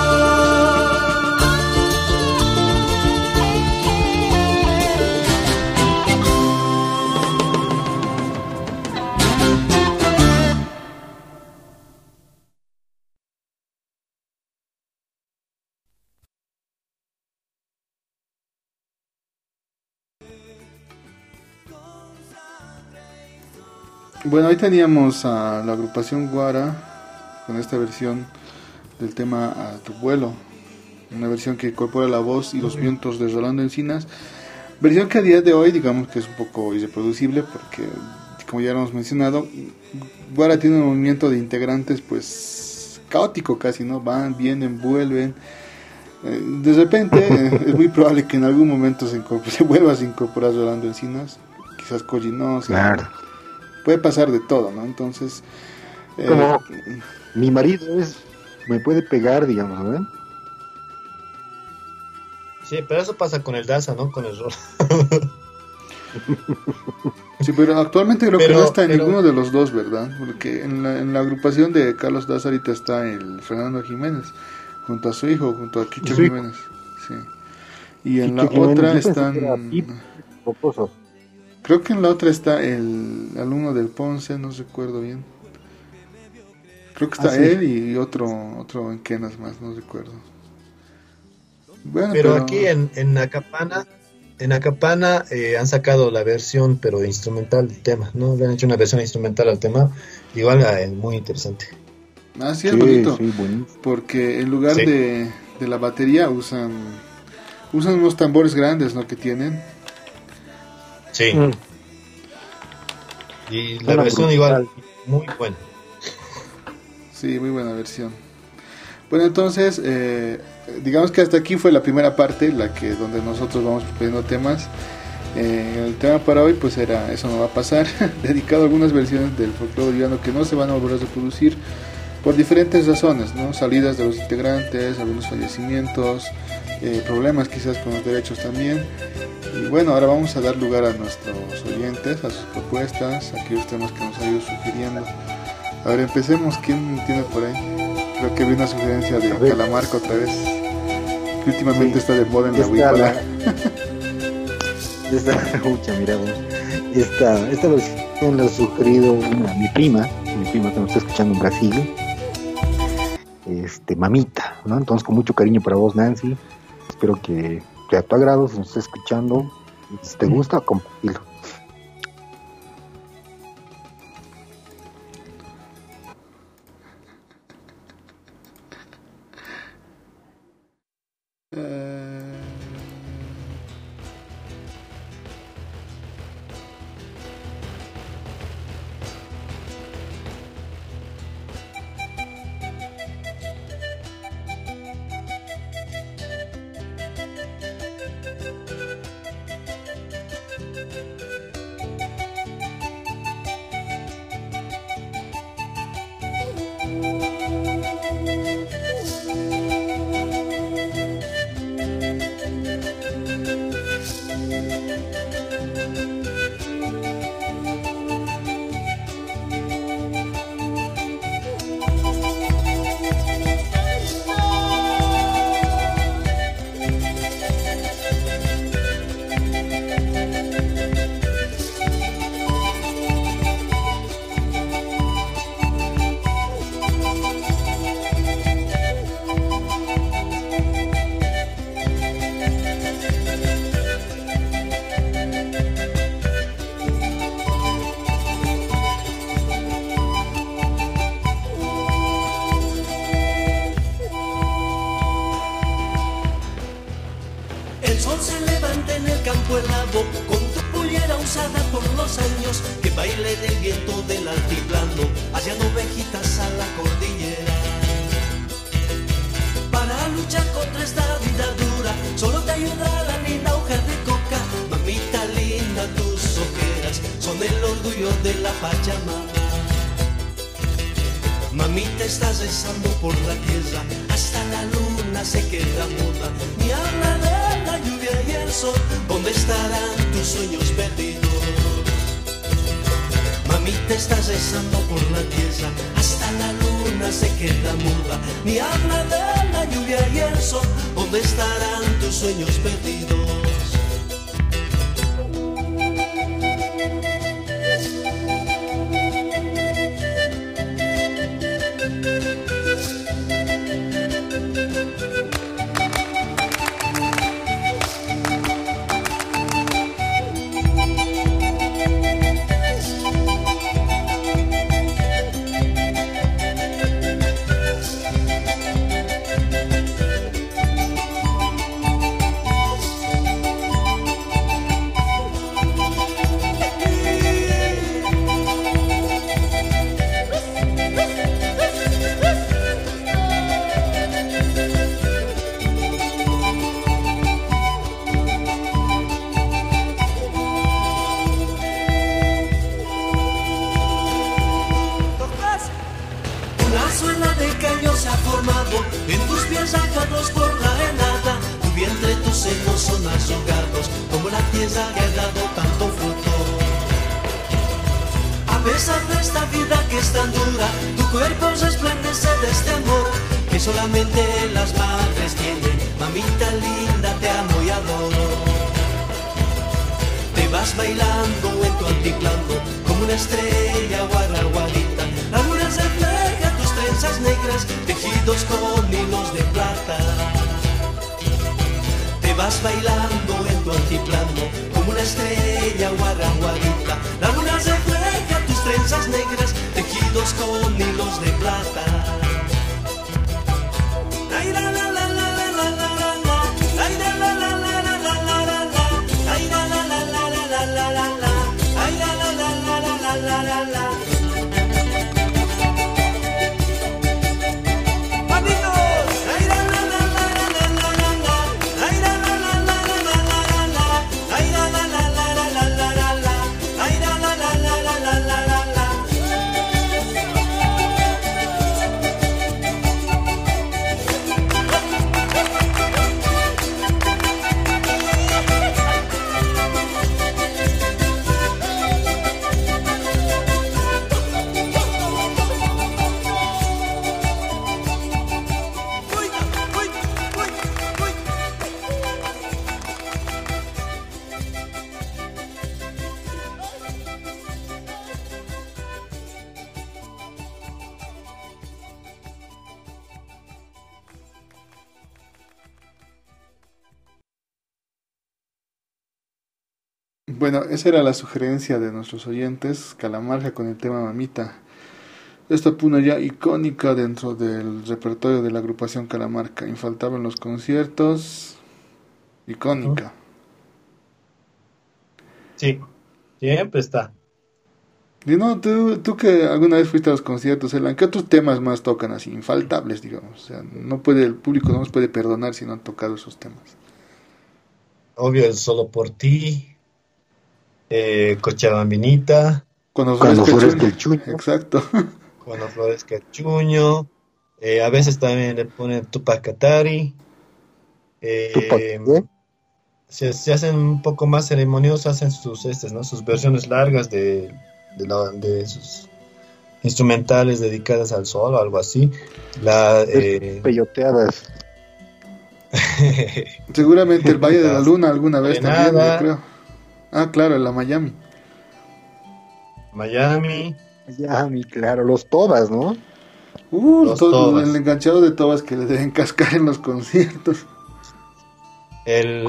[SPEAKER 4] Bueno, ahí teníamos a la agrupación Guara con esta versión del tema A tu vuelo, una versión que incorpora la voz y los vientos de Rolando Encinas, versión que a día de hoy digamos que es un poco irreproducible porque, como ya lo hemos mencionado, Guara tiene un movimiento de integrantes pues caótico casi, ¿no? Van, vienen, vuelven. De repente es muy probable que en algún momento se vuelva a incorporar Rolando Encinas, quizás Koji no,
[SPEAKER 3] Claro.
[SPEAKER 4] Puede pasar de todo, ¿no? Entonces,
[SPEAKER 3] Como mi marido me puede pegar, digamos, ¿verdad?
[SPEAKER 2] Sí, pero eso pasa con el Daza, ¿no? Con el rol.
[SPEAKER 4] sí, pero actualmente creo que no está en ninguno de los dos, ¿verdad? Porque en la agrupación de Carlos Daza ahorita está el Fernando Jiménez, junto a su hijo, junto a Quicho Jiménez. Sí. Y en la otra están... Creo que en la otra está el alumno del Ponce, no recuerdo bien. Creo que está él y otro en Kenas más, no recuerdo. Bueno,
[SPEAKER 2] pero aquí en Acapana han sacado la versión pero instrumental del tema, ¿no? Le han hecho una versión instrumental al tema, igual muy interesante.
[SPEAKER 4] Ah, sí, es bonito, porque en lugar de la batería usan unos tambores grandes, ¿no? Que tienen.
[SPEAKER 2] Sí. Y la versión igual, muy buena.
[SPEAKER 4] Sí, muy buena versión. Bueno, entonces, digamos que hasta aquí fue la primera parte, donde nosotros vamos pidiendo temas. El tema para hoy, pues era Eso no va a pasar, dedicado a algunas versiones del folclore boliviano que no se van a volver a reproducir por diferentes razones, ¿no? Salidas de los integrantes, algunos fallecimientos, problemas quizás con los derechos también. Y bueno, ahora vamos a dar lugar a nuestros oyentes, a sus propuestas, a aquellos temas que nos han ido sugiriendo. A ver, empecemos. ¿Quién tiene por ahí? Creo que vi una sugerencia de Calamarco otra vez, que últimamente está de moda en la Huipala.
[SPEAKER 3] Esta versión la ha sugerido mi prima que nos está escuchando en Brasil, Mamita, ¿no? Entonces, con mucho cariño para vos, Nancy. Espero que a tu agrado, si nos estás escuchando, si te gusta, compártelo.
[SPEAKER 1] Mamita está rezando por la tierra, hasta la luna se queda muda. Ni habla de la lluvia y el sol, ¿dónde estarán tus sueños perdidos? te estás rezando por la tierra, hasta la luna se queda muda, ni habla de la lluvia y el sol. ¿Dónde estarán tus sueños perdidos? En tus pies sacados por la helada, tu vientre, tus senos son azogados, como la tierra que ha dado tanto fruto. A pesar de esta vida que es tan dura, tu cuerpo resplandece de este amor que solamente las madres tienen. Mamita linda, te amo y adoro. Te vas bailando en tu altiplano como una estrella guaraguadita. La luna refleja tus trenzas negras tejidos con hilos de plata. Te vas bailando en tu altiplano como una estrella guaraguadita. La luna refleja tus trenzas negras tejidos con hilos de plata. Ay, la, la, la, la, la, la, la, la. Ay, la, la, la, la, la, la, la, la, la. Ay, la, la, la, la, la, la, la, la. Ay, la, la, la, la, la, la, la, la.
[SPEAKER 4] Bueno, esa era la sugerencia de nuestros oyentes, Calamarca con el tema Mamita. Esta puna ya icónica dentro del repertorio de la agrupación Calamarca, infaltable en los conciertos, icónica.
[SPEAKER 2] Sí, siempre está.
[SPEAKER 4] Y no, tú que alguna vez fuiste a los conciertos, Elan, ¿qué otros temas más tocan así, infaltables, digamos? O sea, el público no nos puede perdonar si no han tocado esos temas.
[SPEAKER 2] Obvio, el Solo por ti. Cochabambinita,
[SPEAKER 3] cuando florezca el chuño.
[SPEAKER 4] Exacto.
[SPEAKER 2] Cuando florezca el chuño. A veces también le ponen Tupac Katari. Se hacen un poco más ceremoniosos, hacen sus versiones largas de sus instrumentales dedicadas al sol o algo así.
[SPEAKER 3] Peyoteadas.
[SPEAKER 4] Seguramente el Valle de la Luna alguna vez también, yo creo. Ah, claro, la Miami,
[SPEAKER 3] claro, los Tobas, ¿no?
[SPEAKER 4] Tobas. El enganchado de Tobas que le deben cascar en los conciertos.
[SPEAKER 2] El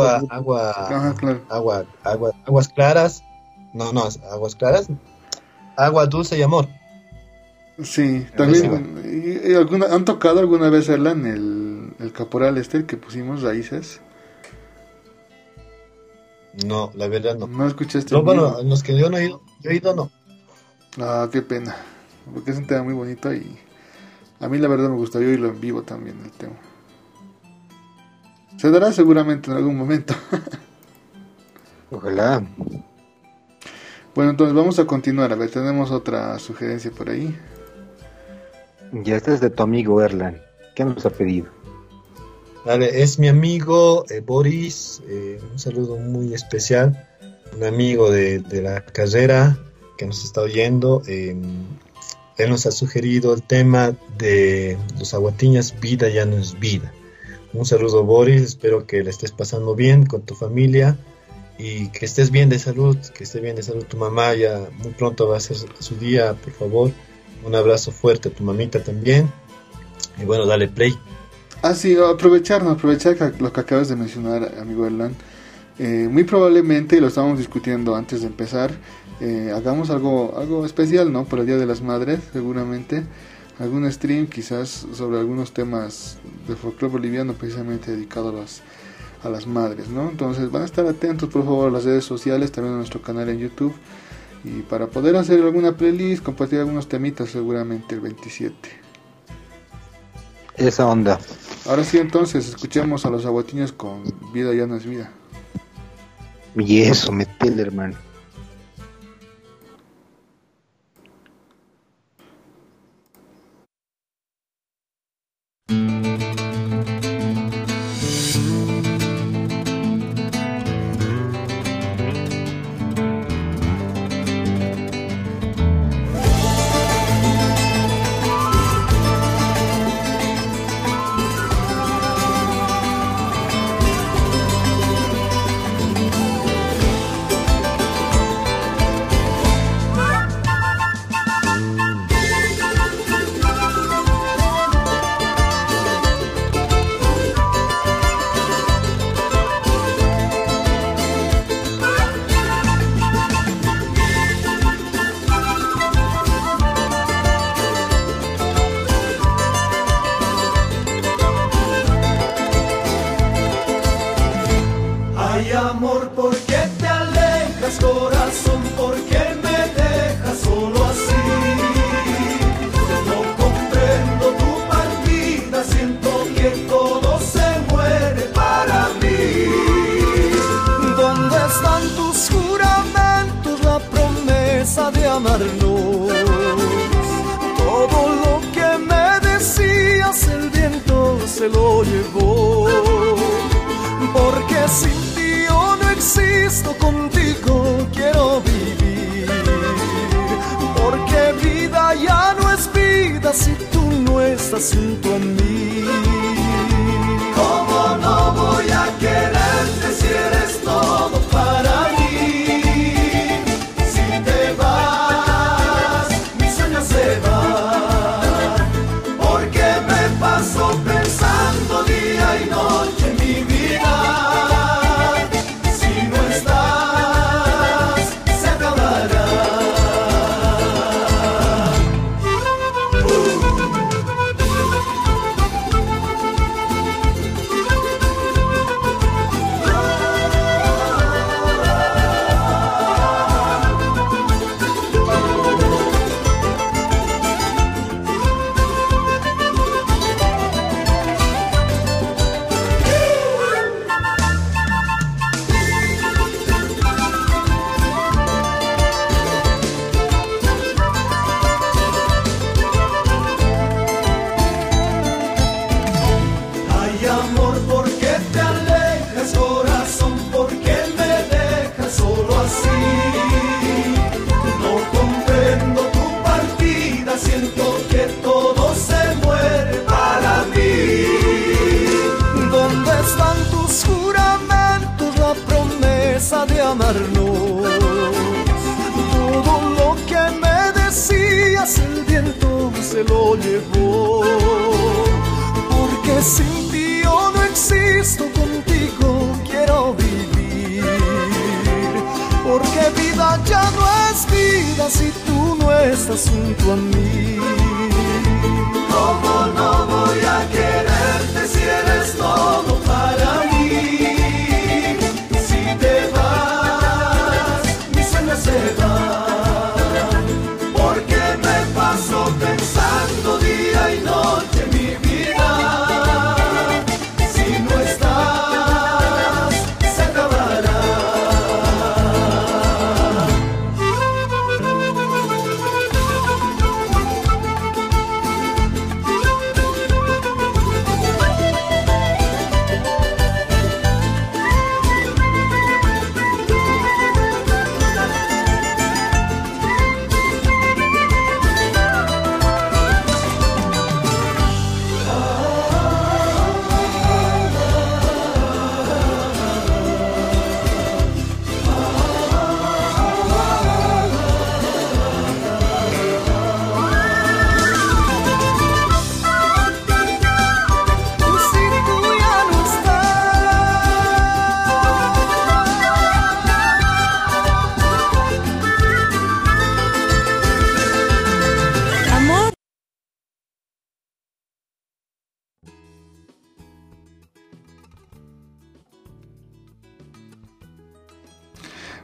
[SPEAKER 2] aguas claras. No, aguas claras. Agua dulce y amor.
[SPEAKER 4] Sí, también. ¿Han tocado alguna vez, Erlan, el Caporal que pusimos Raíces?
[SPEAKER 2] No, la verdad no.
[SPEAKER 4] ¿No escuchaste?
[SPEAKER 2] No, bueno, los que yo no he ido, no.
[SPEAKER 4] Ah, qué pena. Porque es un tema muy bonito y a mí la verdad me gustaría oírlo en vivo también, el tema. Se dará seguramente en algún momento.
[SPEAKER 3] Ojalá.
[SPEAKER 4] Bueno, entonces vamos a continuar. A ver, tenemos otra sugerencia por ahí.
[SPEAKER 3] Y esta es de tu amigo Erlan. ¿Qué nos ha pedido?
[SPEAKER 2] Vale, es mi amigo Boris, un saludo muy especial, un amigo de la carrera, que nos está oyendo. Él nos ha sugerido el tema de los aguatiñas, vida ya no es vida. Un saludo, Boris, espero que le estés pasando bien con tu familia y que estés bien de salud, tu mamá ya muy pronto va a ser su día, por favor. Un abrazo fuerte a tu mamita también. Y bueno, dale play.
[SPEAKER 4] Sí, aprovechar lo que acabas de mencionar, amigo Erlan. Muy probablemente, y lo estábamos discutiendo antes de empezar, hagamos algo especial, ¿no? Por el Día de las Madres, seguramente. Algún stream quizás sobre algunos temas de folclore boliviano precisamente dedicado a las madres, ¿no? Entonces van a estar atentos, por favor, a las redes sociales, también a nuestro canal en YouTube. Y para poder hacer alguna playlist, compartir algunos temitas seguramente el 27.
[SPEAKER 3] Esa onda.
[SPEAKER 4] Ahora sí, entonces, escuchemos a los aguatiños con Vida ya no es vida.
[SPEAKER 3] Y eso, metele, hermano.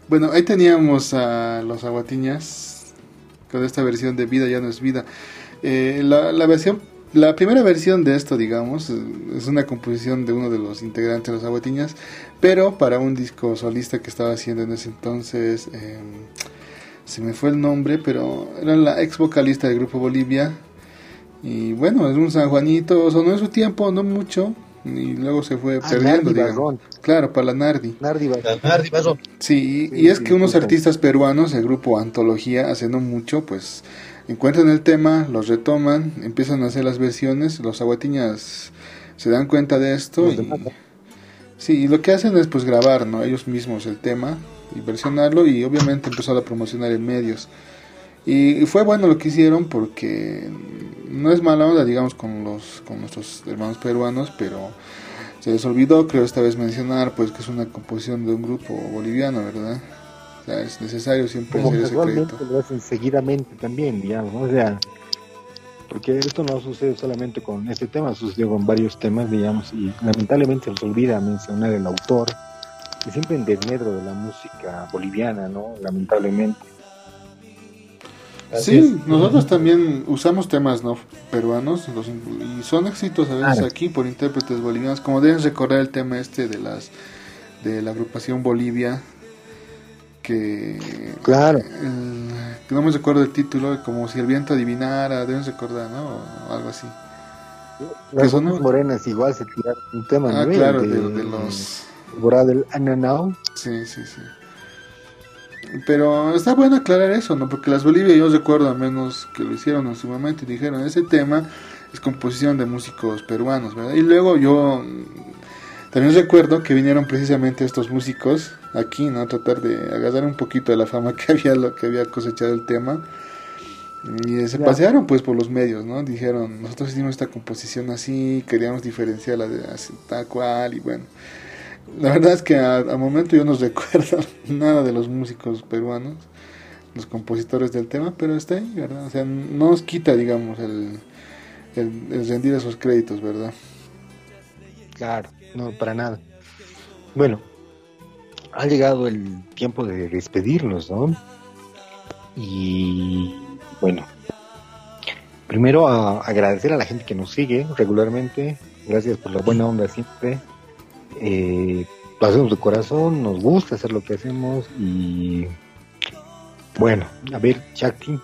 [SPEAKER 4] Bueno, ahí teníamos a los Aguatiñas con esta versión de Vida ya no es vida. La primera versión de esto, digamos, es una composición de uno de los integrantes de los Aguatiñas, pero para un disco solista que estaba haciendo en ese entonces, se me fue el nombre, pero era la ex vocalista del grupo Bolivia. Y bueno, es un San Juanito, sonó en su tiempo, no mucho, y luego se fue perdiendo,
[SPEAKER 3] Nardi
[SPEAKER 4] digamos.
[SPEAKER 3] Barrón.
[SPEAKER 4] Claro, para la Nardi.
[SPEAKER 3] Nardi Barrón.
[SPEAKER 2] Nardi Barrón.
[SPEAKER 4] Sí,
[SPEAKER 3] Sí,
[SPEAKER 4] y es que unos
[SPEAKER 3] justo.
[SPEAKER 4] artistas peruanos, el grupo Antología, hace no mucho, pues encuentran el tema, los retoman, empiezan a hacer las versiones, los Aguatiñas se dan cuenta de esto
[SPEAKER 3] Los
[SPEAKER 4] y,
[SPEAKER 3] demandan.
[SPEAKER 4] sí, y lo que hacen es pues grabar, ¿no? Ellos mismos el tema y versionarlo, y obviamente empezar a promocionar en medios. Y fue bueno lo que hicieron, porque no es mala onda, digamos, con nuestros hermanos peruanos, pero se les olvidó, creo, esta vez mencionar pues que es una composición de un grupo boliviano, ¿verdad? O sea, es necesario siempre
[SPEAKER 3] Como
[SPEAKER 4] hacer ese
[SPEAKER 3] casualmente
[SPEAKER 4] crédito.
[SPEAKER 3] lo hacen seguidamente también, digamos, ¿no? O sea, porque esto no sucede solamente con este tema, sucedió con varios temas, digamos, y lamentablemente se olvida mencionar el autor, y siempre en desmedro de la música boliviana, ¿no? Lamentablemente.
[SPEAKER 2] Así
[SPEAKER 4] Sí,
[SPEAKER 2] es.
[SPEAKER 4] nosotros también usamos temas no peruanos y son éxitos a veces
[SPEAKER 3] Claro.
[SPEAKER 4] aquí por intérpretes bolivianos, como deben recordar el tema este de la agrupación Bolivia, que
[SPEAKER 3] Claro.
[SPEAKER 4] que no me recuerdo el título, como si el viento adivinara, deben recordar, ¿no? O algo así.
[SPEAKER 3] Las
[SPEAKER 4] son-
[SPEAKER 3] zonas morenas igual se tiraron un tema,
[SPEAKER 4] Ah,
[SPEAKER 3] ¿no?
[SPEAKER 4] claro, de los...
[SPEAKER 3] Borrado del Ananao.
[SPEAKER 4] Sí, sí, sí. Pero está bueno aclarar eso, ¿no? Porque las Bolivia, yo recuerdo al menos que lo hicieron en su momento y dijeron, ese tema es composición de músicos peruanos, ¿verdad? Y luego yo también recuerdo que vinieron precisamente estos músicos aquí, ¿no? A tratar de agarrar un poquito de la fama que había cosechado el tema. Y se
[SPEAKER 3] Ya.
[SPEAKER 4] pasearon pues por los medios, ¿no? Dijeron, nosotros hicimos esta composición así, queríamos diferenciarla de así, tal cual, y bueno. La verdad es que al momento yo no recuerdo nada de los músicos peruanos, los compositores del tema, pero está ahí, ¿verdad? O sea, no nos quita, digamos, el rendir esos créditos, ¿verdad?
[SPEAKER 3] Claro, no, para nada. Bueno, ha llegado el tiempo de despedirnos, ¿no? Y bueno, primero agradecer a la gente que nos sigue regularmente. Gracias por la buena onda siempre. Lo hacemos de corazón, nos gusta hacer lo que hacemos y bueno, a ver, Chakti.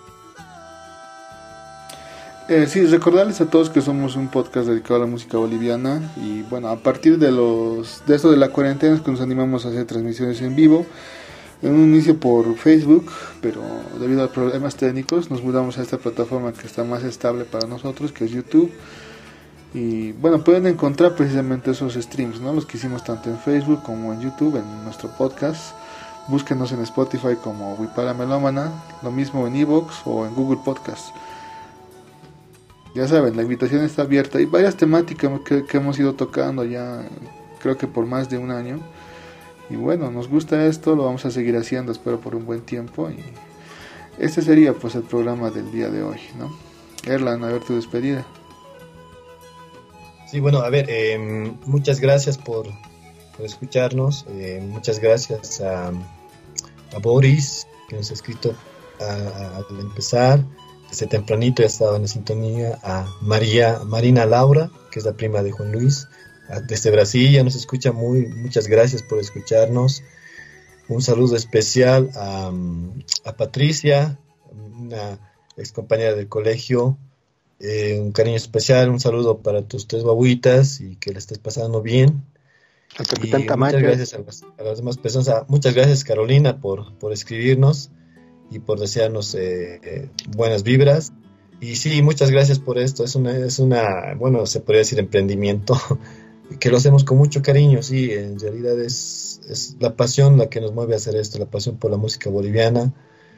[SPEAKER 4] Sí, recordarles a todos que somos un podcast dedicado a la música boliviana y bueno, a partir de esto de la cuarentena es que nos animamos a hacer transmisiones en vivo. En un inicio por Facebook, pero debido a problemas técnicos nos mudamos a esta plataforma que está más estable para nosotros, que es YouTube. Y bueno, pueden encontrar precisamente esos streams, ¿no? Los que hicimos tanto en Facebook como en YouTube, en nuestro podcast. Búsquenos en Spotify como Huipala Melómana, lo mismo en iVoox o en Google Podcast. Ya saben, la invitación está abierta. Hay varias temáticas que hemos ido tocando ya, creo que por más de un año. Y bueno, nos gusta esto, lo vamos a seguir haciendo, espero por un buen tiempo. Y este sería pues el programa del día de hoy, ¿no? Erlan, a ver tu despedida.
[SPEAKER 2] Sí, bueno, a ver, muchas gracias por escucharnos. Muchas gracias a Boris, que nos ha escrito al empezar. Desde tempranito ya estaba en la sintonía. A Marina Laura, que es la prima de Juan Luis. Desde Brasil ya nos escucha muchas gracias por escucharnos. Un saludo especial a Patricia, una ex compañera del colegio. Un cariño especial, un saludo para tus tres guaguitas y que la estés pasando bien.
[SPEAKER 3] Al Capitán
[SPEAKER 2] Y
[SPEAKER 3] Tamayo.
[SPEAKER 2] muchas gracias a las demás personas. Muchas gracias, Carolina, por escribirnos y por desearnos buenas vibras. Y sí, muchas gracias por esto. Es una, bueno, se podría decir emprendimiento que lo hacemos con mucho cariño. Sí, en realidad es la pasión la que nos mueve a hacer esto, la pasión por la música boliviana.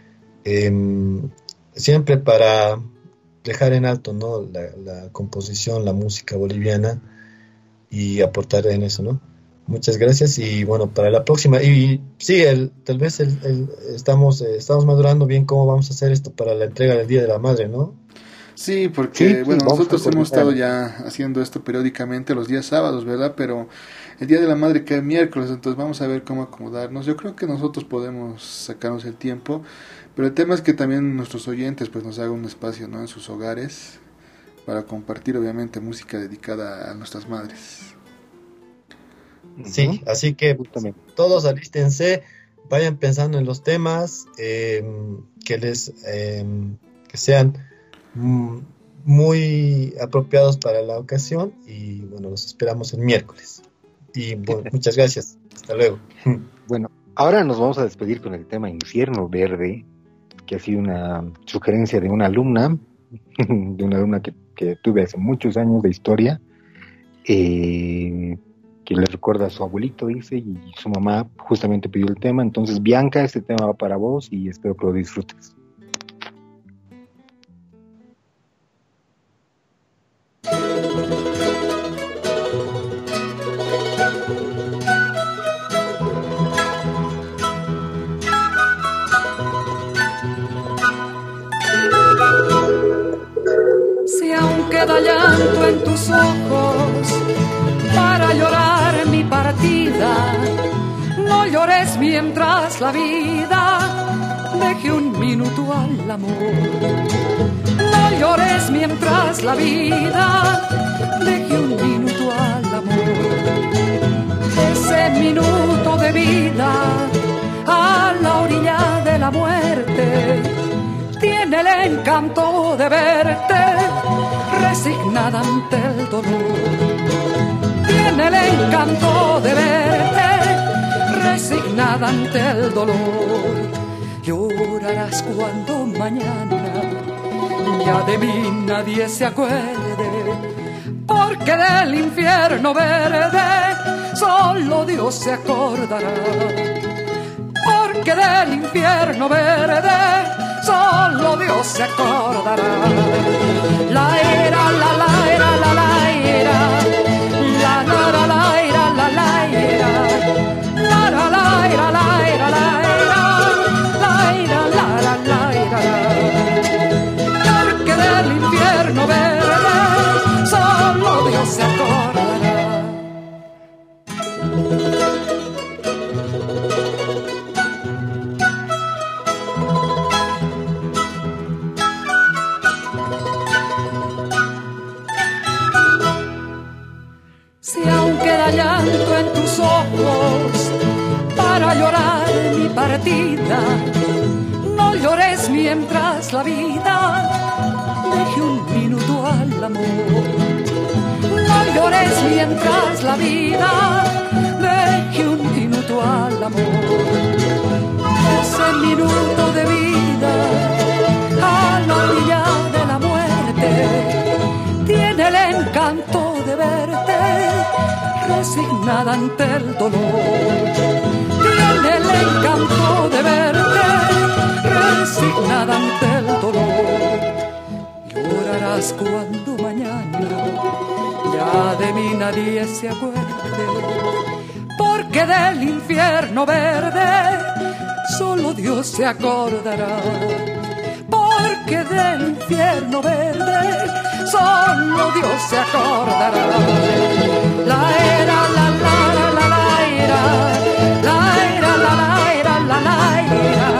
[SPEAKER 2] Siempre para dejar en alto, ¿no? La composición, la música boliviana y aportar en eso, ¿no? Muchas gracias y bueno, para la próxima. Y sí, tal vez estamos madurando bien cómo vamos a hacer esto para la entrega del Día de la Madre, ¿no?
[SPEAKER 4] Sí, porque
[SPEAKER 3] Sí,
[SPEAKER 4] bueno,
[SPEAKER 3] vamos
[SPEAKER 4] nosotros
[SPEAKER 3] a
[SPEAKER 4] hemos
[SPEAKER 3] coordinar.
[SPEAKER 4] estado ya haciendo esto periódicamente los días sábados, ¿verdad? Pero el Día de la Madre cae miércoles, entonces vamos a ver cómo acomodarnos. Yo creo que nosotros podemos sacarnos el tiempo, pero el tema es que también nuestros oyentes pues nos hagan un espacio, ¿no? En sus hogares para compartir obviamente música dedicada a nuestras madres.
[SPEAKER 2] Sí,
[SPEAKER 3] Ujú,
[SPEAKER 2] así que
[SPEAKER 3] justamente.
[SPEAKER 2] todos alístense, vayan pensando en los temas que les que sean mm, muy apropiados para la ocasión y bueno, los esperamos el miércoles. Y bueno, muchas gracias. Hasta luego.
[SPEAKER 3] Bueno, ahora nos vamos a despedir con el tema Infierno Verde, que ha sido una sugerencia de una alumna, que tuve hace muchos años de historia, que le recuerda a su abuelito, dice, y su mamá justamente pidió el tema. Entonces, Bianca, este tema va para vos y espero que lo disfrutes.
[SPEAKER 6] Si aún queda llanto en tus ojos para llorar mi partida, no llores mientras la vida deje un minuto al amor. No llores mientras la vida deje un minuto al amor. Ese minuto de vida a la orilla de la muerte tiene el encanto de verte resignada ante el dolor. Tiene el encanto de verte resignada ante el dolor. Llorarás cuando mañana ya de mí nadie se acuerde, porque del infierno verde solo Dios se acordará. Porque del infierno verde solo Dios se acordará. La era, la era, la era, la era, la era, la era, la era, la era, la era. Porque del infierno verde solo Dios se acordará. Si aún queda llanto en tus ojos para llorar mi partida, no llores mientras la vida deje un minuto al amor. No llores mientras la vida deje un minuto al amor. Ese minuto de vida a la orilla de la muerte tiene el encanto de verte resignada ante el dolor. Tiene el encanto de verte resignada ante el dolor. Llorarás cuando mañana ya de mí nadie se acuerde, porque del infierno verde solo Dios se acordará. Porque del infierno verde solo Dios se acordará. La era, la era, la era, la era, la era, la era.